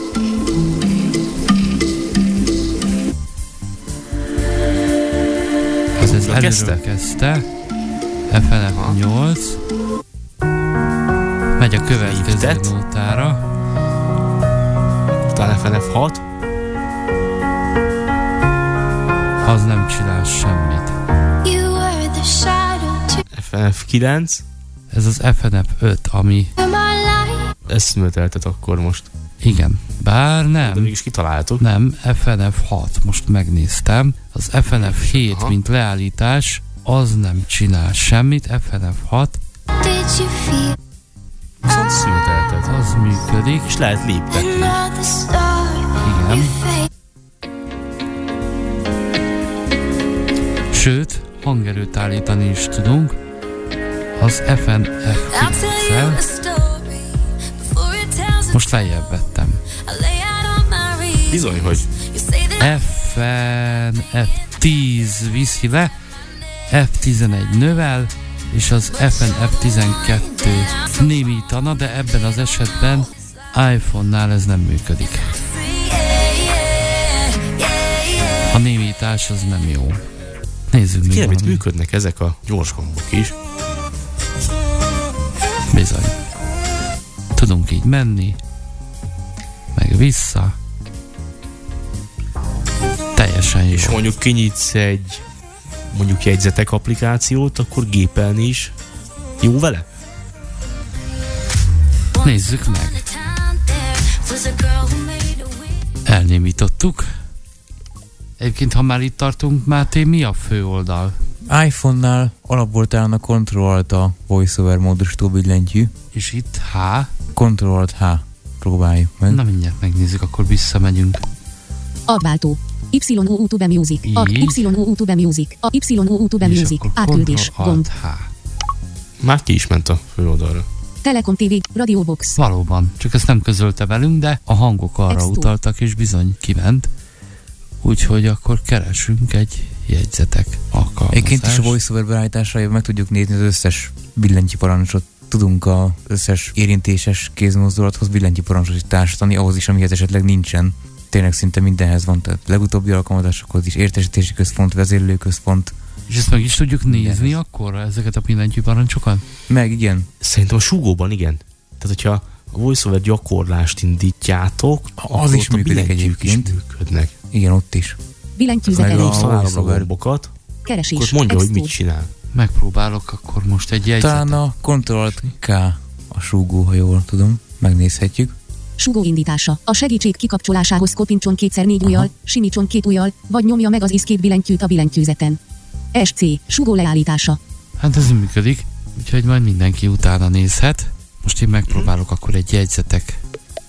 ez, ez előről kezdte, ef en ef nyolc, megy a következő nótára, utána ef en ef hat, az nem csinál semmit. ef en ef kilenc, ez az ef en ef öt, ami... Ez szüneteltet akkor most. Igen, bár nem. De mégis kitaláltuk. Nem, ef en ef hat, most megnéztem. Az ef en ef hét, aha, mint leállítás, az nem csinál semmit, ef en ef hat. Viszont szüneteltet. Az működik. És lehet léptetni. Igen. Sőt, hangerőt állítani is tudunk. Az ef en ef kilenccel. Most lejjebb vettem. Bizony, hogy ef en ef tíz viszi le, ef tizenegy növel, és az ef en ef tizenkettő némítana, de ebben az esetben iPhone-nál ez nem működik. A némítás az nem jó. Nézzük még valamit. valami. Működnek ezek a gyors gombok is. Bizony. Tudunk így menni, meg vissza. Teljesen jó. És mondjuk kinyitsz egy mondjuk jegyzetek applikációt, akkor gépelni is jó vele? Nézzük meg. Elnémítottuk. Egyébként, ha már itt tartunk, Máté, mi a főoldal? iPhone-nál alapból talán a Control-Alt a VoiceOver módosító billentyű. És itt H. Control-Alt H. próbáljuk meg. Na mindjárt megnézzük, akkor visszamegyünk. Abváltó. Y O U Tube Music. A Y O U Tube Music. A Y O U Tube Music. Átküldés. Gomb. Már ki is ment a főoldalra. Telekom té vé. Radiobox. Valóban, csak ezt nem közölte velünk, de a hangok arra Extó. utaltak, és bizony kiment. Úgyhogy akkor keresünk egy jegyzetek alkalmazást. Egyébként is a VoiceOver beállításra meg tudjuk nézni az összes billentyűparancsot. Tudunk az összes érintéses kézmozdulathoz billentyűparancsot is társítani, ahhoz is, amihez esetleg nincsen. Tényleg szinte mindenhez van, tehát legutóbbi alkalmazásokhoz is értesítési központ, vezérlőközpont. És ezt meg is tudjuk nézni Mindenhez. akkor, ezeket a billentyűparancsokat? Meg igen. Szerintem a súgóban igen. Tehát, hogyha a VoiceOver gyakorlást indítjátok, Az is ott a működik billentyűk is egyébként. működnek. Igen, ott is. Billentyűzet Meg a- elég. Találom a VoiceOver. gombokat, Keresés. akkor mondja, hogy Extó. mit csinál. Megpróbálok akkor most egy jegyzetet. Talán a Control K a súgó, ha jól tudom. Megnézhetjük. Sugó indítása. A segítség kikapcsolásához kopincson kétszer négy ujjal, simítson két ujjal, vagy nyomja meg az escape billentyűt a billentyűzeten. es cé. Sugó leállítása. Hát ez működik, úgyhogy majd mindenki utána nézhet. Most én megpróbálok akkor egy jegyzetek.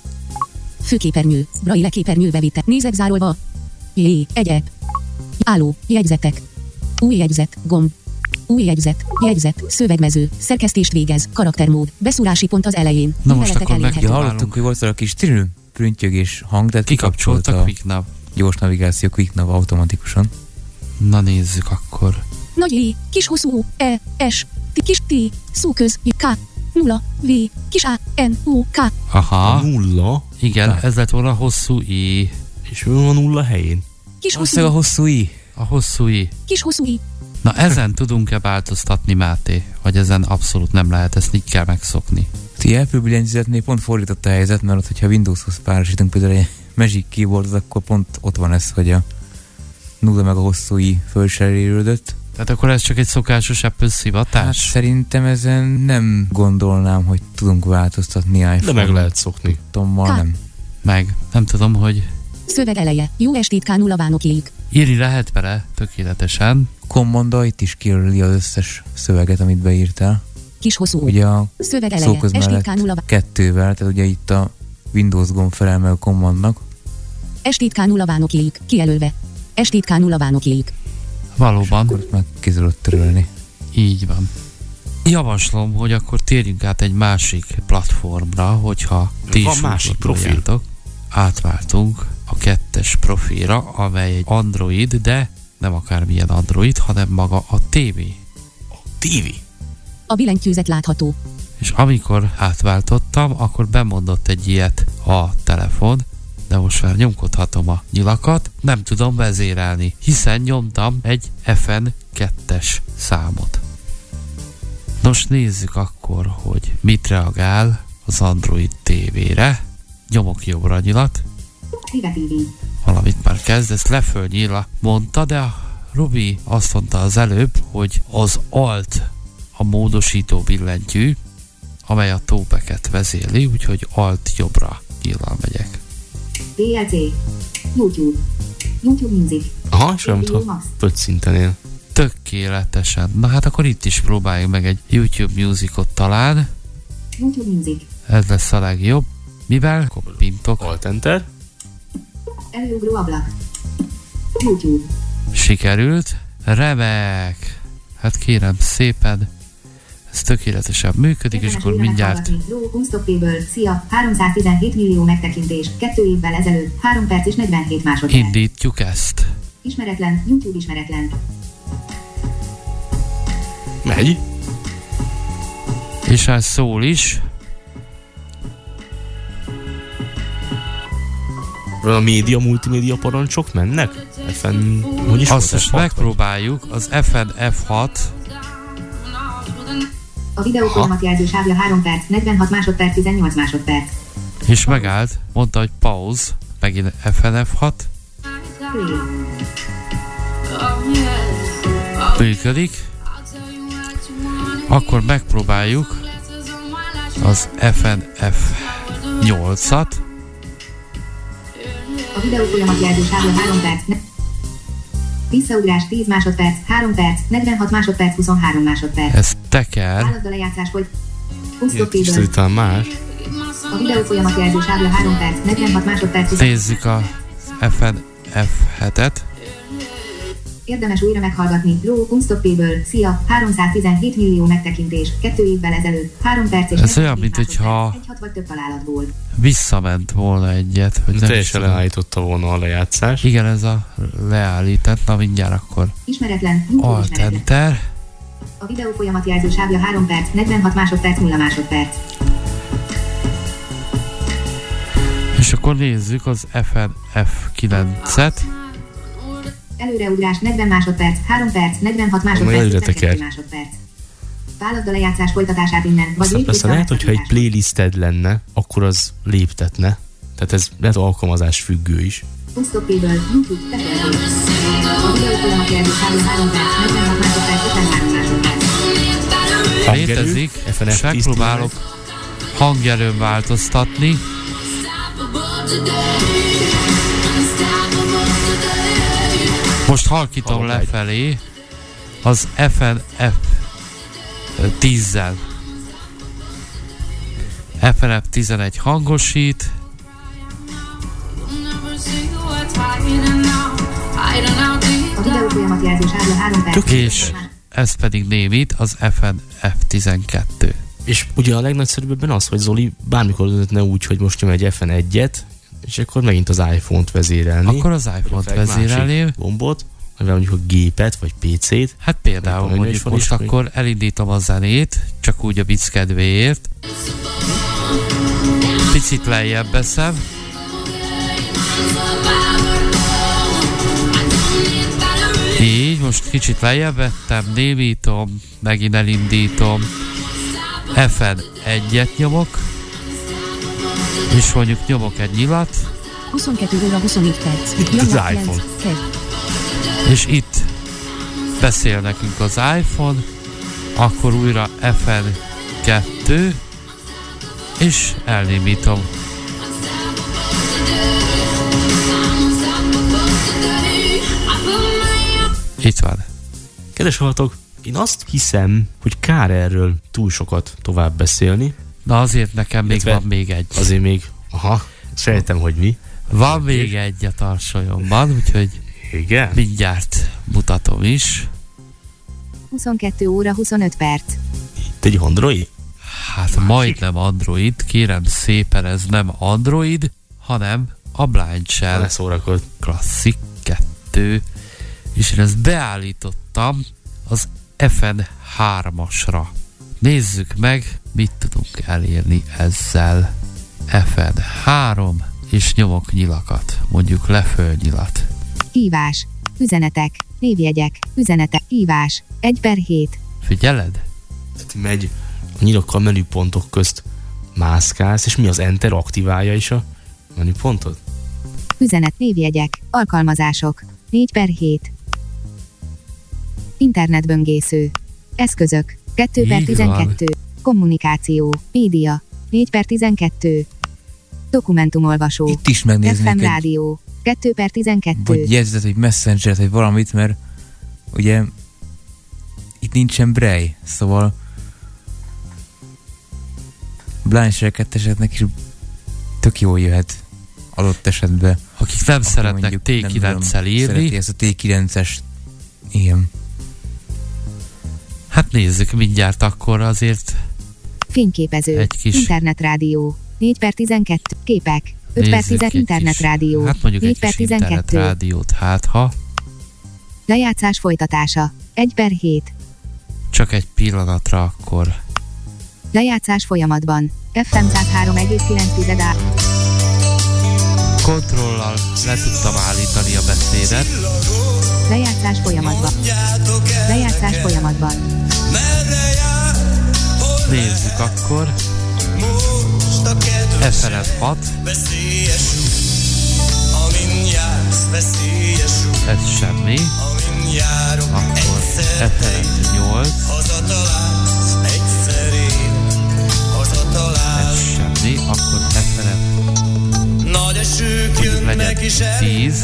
Főképernyő. Braille képernyő bevitte. Nézek zárolva. Jé. Egyep. Álló. Jegyzetek. Új jegyzet. Gomb. Új jegyzet. Jegyzet. Szövegmező. Szerkesztést végez. Karaktermód. Beszúrási pont az elején. Na most Műveletek akkor meg- elérhető. Ja, Próbálunk. hallottuk, hogy volt a kis trilő, prüntjögés hang, de Kikapcsolt a QuickNav. gyors navigáció QuickNav automatikusan. Na nézzük akkor. Nagy J, kis hosszú, E, S, T, kis T, szóköz, K, nulla, V, kis A, N, O, K. A Aha, nulla, igen, Hát. ez lett volna hosszú I. és ő van a nulla helyén. Kis Valószínűleg a hosszú, hosszú I. A hosszú I. kis hosszú I. Na ezen tudunk-e változtatni, Máté? Vagy ezen abszolút nem lehet, ezt így kell megszokni. Ti Apple billentyűzetnél pont fordított a helyzet, mert ott, hogyha Windowshoz párosítunk például egy Magic Keyboardot, akkor pont ott van ez, hogy a nulla meg a hosszú I fölserélődött. Tehát akkor ez csak egy szokásos Apple Hát szivatás? szerintem ezen nem gondolnám, hogy tudunk változtatni iPhone. De meg lehet szokni. Tommal Ká. nem. Meg, nem tudom, hogy Szöveg eleje. Jó estét K nulla vánokéig. írni lehet vele tökéletesen. Command itt is kijelöli az összes szöveget, amit beírtál. Kis hosszú. Ugye a Szöveg eleje. szóköz Estét mellett K nulla vá- kettővel, tehát ugye itt a Windows gomb felel meg a Commandnak. Estét K nulla vánokéig. Kijelölve. Estét K nulla vánokéig. Valóban, Akkor ott meg ki tudod törölni. így van. Javaslom, hogy akkor térjünk át egy másik platformra, hogyha ti Van is másik úgy profil. gondoljátok. Átváltunk a kettes profilra, amely egy Android, de nem akármilyen Android, hanem maga a té vé. té vé. A billentyűzet látható. És amikor átváltottam, akkor bemondott egy ilyet a telefon, de most már nyomkodhatom a nyilakat, nem tudom vezérelni, hiszen nyomtam egy ef en kettes számot. Nos, nézzük akkor, hogy mit reagál az Android té vére. Nyomok jobbra a nyilat, valamit már kezd, ezt lefölnyíla mondta, de a Robi azt mondta az előbb, hogy az Alt a módosító billentyű, amely a tópeket vezéli, úgyhogy Alt jobbra nyílal megyek. dé el cé. YouTube. YouTube Music. Aha, és olyan, mintha öt szinten él. Tökéletesen. Na hát akkor itt is próbáljuk meg egy YouTube Musicot talán. YouTube Music. Ez lesz a legjobb. Mivel koppintok, Alt-enter. Előugró ablak. YouTube. sikerült. Remek! Hát kérem szépen, ez tökéletesen működik, és akkor mindjárt Low Unstoppable. Szia. háromszáztizenhét millió megtekintés. Kettő évvel ezelőtt. három perc és negyvenhét másodperc. indítjuk ezt. Ismeretlen. YouTube ismeretlen. Megy. És ez szól is. A média, multimédia parancsok mennek? ef en... Hogy is Azt volt, most ef hat, megpróbáljuk, az ef en ef hat. A videó folyamatjelző sávja három perc, negyvenhat másodperc, tizennyolc másodperc. És megállt, mondta, hogy pause, megint ef en ef hat. Play. Működik. Akkor megpróbáljuk az ef en ef nyolcat. A videó folyamatjelző sávja három perc. Ne- Visszaugrás tíz másodperc, három perc, negyvenhat másodperc, huszonhárom másodperc. Ez teker. Válaszd a lejátszás, hogy Ilyet is Unstoppable. talán más. A videó folyamatjelző sávja három perc, negyvenhat másodperc. Nézzük a ef en ef hetet. Érdemes újra meghallgatni. Low Unstoppable. Szia, háromszáztizenhét millió megtekintés. Kettő évvel ezelőtt. három perc és ez olyan, mint hogyha egy hat vagy több találatból. Visszament volna egyet. Hogy teljesen leállította volna a lejátszás. Igen, ez a leállított. Na mindjárt akkor. Ismeretlen. Alt Enter. A videó folyamatjelző sávja három perc, negyvenhat másodperc, nulla másodperc. És akkor nézzük az ef en ef kilencet. Előreugrás negyven másodperc, három perc, negyvenhat másodperc, tizenkettő másodperc. Válaszd a lejátszás folytatását innen, vagy lépj vissza. Lehet, hogyha egy playlisted lenne, akkor az léptetne. Tehát ez lehet alkalmazás függő is. Unstoppable, YouTube, betöltés. A videó folyamatjelző sávja három perc, negyvenhat másodperc, tizenhárom másodperc. Létezik, és megpróbálok hangjelön változtatni. Most halkítom lefelé az ef en ef tízzel. ef en ef tizenegy hangosít. A videó folyamatjelző sávja három perc. És ez pedig némít az ef en ef tizenkettő. És ugye a legnagyszerűbben az, hogy Zoli bármikor döntne úgy, hogy most nyom egy ef en egyet, és akkor megint az iPhone-t vezérelni. Akkor az iPhone-t vezérelni. Gombot, vagy mondjuk a gépet, vagy pé cét. Hát például mondjuk most is, akkor még elindítom a zenét, csak úgy a vicc kedvéért. Picit lejjebb veszem. Így, most kicsit lejjebb vettem, némítom, megint elindítom. ef en egyet nyomok, és mondjuk nyomok egy nyilat. huszonkettő óra huszonnégy perc. Itt az iPhone. És itt beszél nekünk az iPhone, akkor újra ef en kettő, és elnémítom. Itt van. Kedves hallgatók, én azt hiszem, hogy kár erről túl sokat tovább beszélni. Na azért nekem még van még egy. Azért még, aha, sejtem, hogy mi. Van még egy a tarsolyomban, úgyhogy igen, mindjárt mutatom is. huszonkettő óra huszonöt perc. Itt egy Android? Hát majdnem Android, kérem szépen, ez nem Android, hanem a Blind Shell Classic kettő, és én ezt beállítottam az ef en hármasra. Nézzük meg, mit tudunk elérni ezzel. ef en három, és nyomok nyilakat, mondjuk leföl nyilat. Hívás, üzenetek, névjegyek, üzenetek, hívás, egy per hét. Figyeled? Tehát megy a nyilakkal menüpontok közt mászkálsz, és mi az Enter aktiválja is a menüpontot? Üzenet, névjegyek, alkalmazások, négy per hét. Internetböngésző. Eszközök, kettő per tizenkettő. Kommunikáció, média, négy per tizenkettő. Dokumentumolvasó. Itt is megnéznék ef em rádió, kettő per tizenkettő. Vagy jegyzet, vagy Messenger, vagy valamit, mert ugye itt nincsen Braille, szóval Blind Shell ketteseknek is tök jól jöhet adott esetben. Akik nem szeretnek té kilenccel írni. Szereti ezt a té kilences. Igen. Hát nézzük mindjárt akkor azért. Fényképező, egy kis internetrádió, négy per tizenkettő, képek, öt per tizenkettő, internetrádió, hát mondjuk négy egy per kis tizenkettő. internetrádiót, hát ha. Lejátszás folytatása, egy per hét. Csak egy pillanatra akkor. Lejátszás folyamatban, ef em száz három egész kilenc á. Kontrollal le tudtam állítani a beszédet. Lejátszás folyamatban. Lejátszás folyamatban. Nézzük akkor. ef en ef hat. Ez semmi. Akkor ef en ef nyolc. Ez semmi. Akkor ef en ef mondjuk legyen tíz.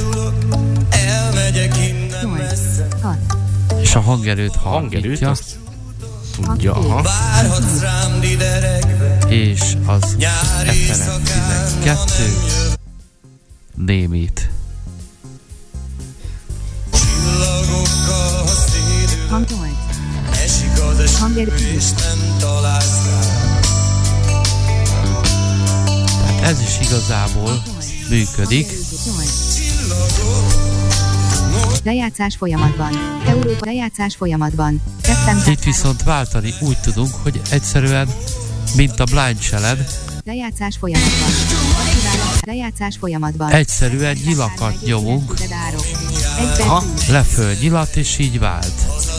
És a hangerőt hallgatja. Tudja, aha. Várhatsz rám dideregve, és az ef em tizenkettő Némit. Hang nyolc. Hanger tíz. Tehát ez is igazából működik. Lejátszás folyamatban. Európa lejátszás folyamatban. Itt viszont váltani úgy tudunk, hogy egyszerűen, mint a Blind Challenge, lejátszás folyamatban. Lejátszás folyamatban. Egyszerűen nyilakat nyomunk. Aha. Leföl nyilat, és így vált.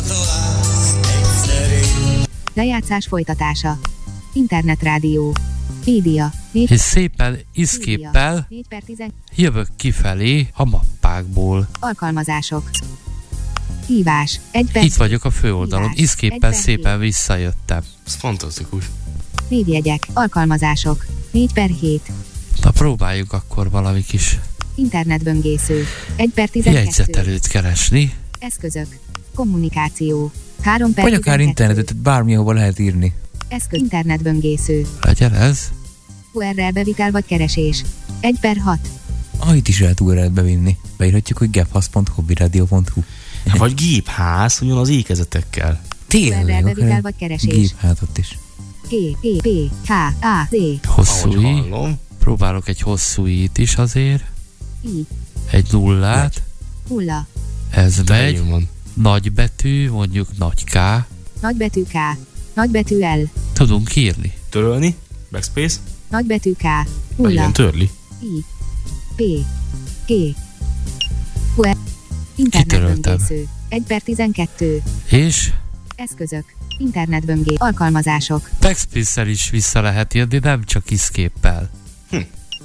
Lejátszás folytatása. Internetrádió. Média. És szépen escape-pel jövök kifelé a mappákból. Alkalmazások. Hívás. Egy Itt vagyok a főoldalon. Escape-pel szépen visszajöttem. Ez fantasztikus. Névjegyek. Alkalmazások. négy per hét. Na próbáljuk akkor valami kis internetböngésző. egy per tizenkettő. jegyzetelőt keresni. Eszközök. Kommunikáció. három per vagy akár internetet, bármihova lehet írni. Eszköz. Internetböngésző. Legyen ez. u er el bevitel vagy keresés. egy per hat. Ah, itt is lehet u er el-t bevinni. Beírhatjuk, hogy gephasz pont hobbiradio pont hu. Vagy gépház, ugyan az ékezetekkel. Tényleg, u er el bevitel vagy keresés. Gépházat is. G, E, P, H, A, Z. Hosszú i. Próbálok egy hosszú i-t is azért. I. Egy nullát. Nulla. Ez megy. Nagy betű, mondjuk nagy K. Nagybetű K. Nagybetű L. Tudunk írni. Törölni. Backspace. Nagybetű K. Nulla. Igen, törli. I. P. G. U R. Internetböngésző. egy per tizenkettő. És? Eszközök. Internetböngésző. Alkalmazások. Backspace-szel is vissza lehet írni, nem csak escape-pel. Hm.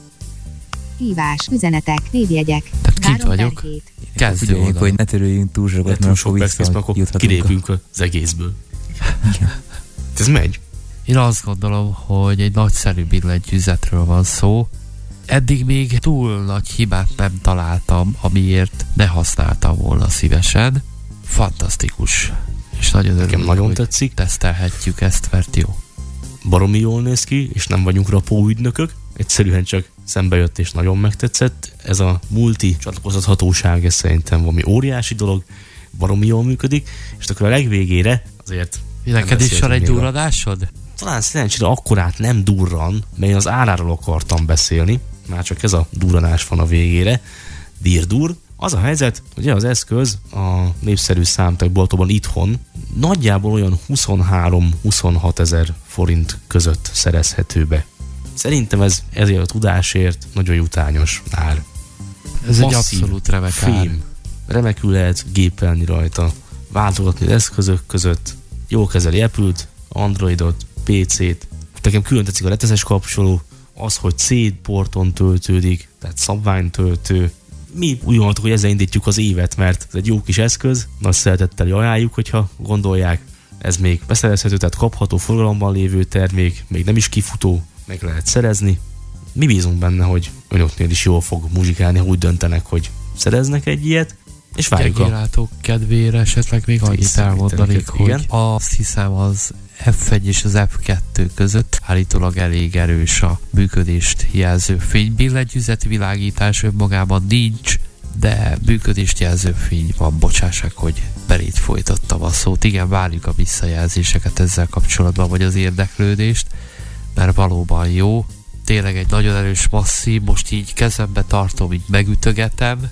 Hívás, üzenetek, névjegyek. Tehát kint vagyok. Kezdő oldalon. Hogy ne törüljünk túl sokat, mert akkor visszajuthatunk. Kilépünk az egészből. Ez megy. Én azt gondolom, hogy egy nagyszerű billentyűzetről van szó. Eddig még túl nagy hibát nem találtam, amiért ne használtam volna szívesen. Fantasztikus. És nagyon örülök, nagyon hogy tetszik. Tesztelhetjük ezt, mert jó. Baromi jól néz ki, és nem vagyunk rapó ügynökök. Egyszerűen csak szembe jött, és nagyon megtetszett. Ez a multi csatlakozhatóság, ez szerintem valami óriási dolog. Baromi jól működik. És akkor a legvégére azért... Neked is van egy durranásod? Talán szerencsére akkorát nem durran, mert én az áráról akartam beszélni. Már csak ez a durranás van a végére. Dirdur. Az a helyzet, hogy az eszköz a népszerű számítógépboltokban itthon nagyjából olyan huszonhárom-huszonhat ezer forint között szerezhető be. Szerintem ez ezért a tudásért nagyon jutányos ár. Ez masszív, egy abszolút remek ár. Fém. Remekül lehet gépelni rajta, váltogatni az eszközök között, jól kezeli Apple-t, Androidot, pé cét. Nekem külön tetszik a reteszes kapcsoló, az, hogy C porton töltődik, tehát szabványtöltő. Mi úgy gondoltuk, hogy ezzel indítjuk az évet, mert ez egy jó kis eszköz, nagy szeretettel ajánljuk, hogyha gondolják. Ez még beszerezhető, tehát kapható forgalomban lévő termék, még nem is kifutó, meg lehet szerezni. Mi bízunk benne, hogy önöknél is jól fog muzsikálni, ha úgy döntenek, hogy szereznek egy ilyet, és várjuk a... Gyengélátók kedvére esetleg még annyit elmondanék, hogy igen. Azt hiszem az ef egy és az ef kettő között állítólag elég erős a működést jelző fény. Billentyűzeti világítás önmagában nincs, de működést jelző fény van. Bocsássák, hogy belét folytattam a szót. Igen, várjuk a visszajelzéseket ezzel kapcsolatban, vagy az érdeklődést, mert valóban jó. Tényleg egy nagyon erős masszív, most így kezembe tartom, így megütögetem.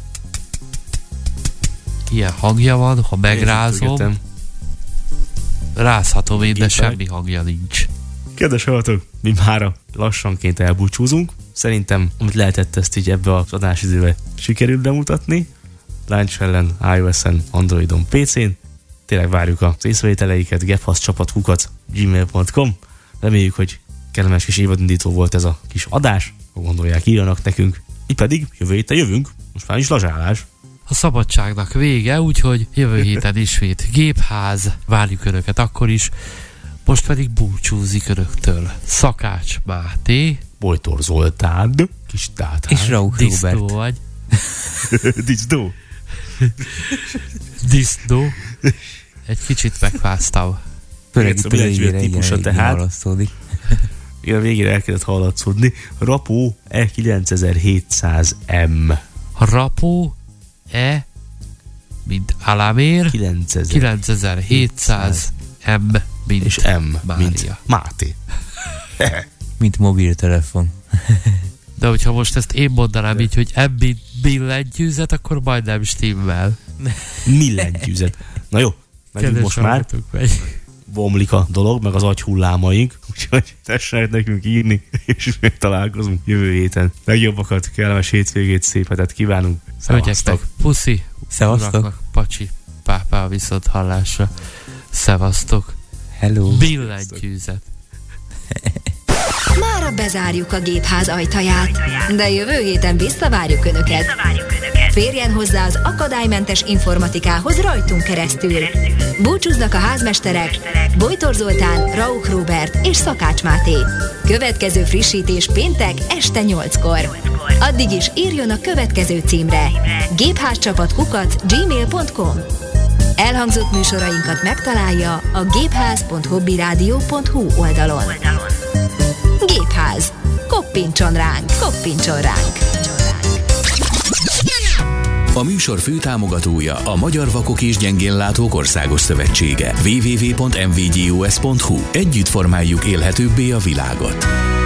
Ilyen hangja van, ha megrázom, rázhatom én, de semmi hangja nincs. Kedves hallgatók, mi már lassanként elbúcsúzunk. Szerintem, amit lehetett, ezt így ebbe az adásidőbe sikerült bemutatni. Launch ellen, iOS-en, Androidon, pé cén. Tényleg várjuk az észrevételeiket, gephasz csapatkukat gmail pont com. Reméljük, hogy kellemes kis évadindító volt ez a kis adás. Ha gondolják, írjanak nekünk. Mi pedig jövő héten jövünk. Most már is lazsálás. A szabadságnak vége, úgyhogy jövő héten ismét gépház. Várjuk önöket akkor is. Most pedig búcsúzik önöktől Szakács Máté, Bojtor Zoltán, kis tátán, és Rauch Disznó Robert. vagy. Disznó. Disznó. Egy kicsit megfáztam. Főleg itt a végére, igen, típusa, tehát. választódik. Igen, végére el kellett hallatszódni. Rapó E kilencezer-hétszáz M. Rapó E, mint Alamér, kilencezer-hétszáz M, mint és M, Mária. mint Máté. Mint mobiltelefon. De hogyha most ezt én mondanám így, hogy M, mint billentyűzet, akkor majdnem stimmel. Millentyűzet. Na jó, megyünk most már. Megy. Bomlik a dolog, meg az agyhullámaink, úgyhogy tessenek nekünk írni, és még találkozunk jövő héten. Legjobbakat, kellemes hétvégét, szép hetet kívánunk. Szevasztok. Puszi. Szevasztok. Uraknak, pacsi, pápá, viszont hallásra. Szevasztok. Hello. Billentyűzet. Mára bezárjuk a gépház ajtaját, de jövő héten visszavárjuk Önöket. Férjen hozzá az akadálymentes informatikához rajtunk keresztül. Búcsúznak a házmesterek Bojtor Zoltán, Rauch Róbert és Szakács Máté. Következő frissítés péntek este nyolckor. Addig is írjon a következő címre: gépházcsapat kukac gmail pont com. Elhangzott műsorainkat megtalálja a gépház pont hobbyradio pont hu oldalon. Gépház. Koppintson ránk, koppintson ránk. A műsor főtámogatója a Magyar Vakok és Gyengénlátók Országos Szövetsége. double-u double-u double-u pont em vé gé o es pont hu. Együtt formáljuk élhetőbbé a világot.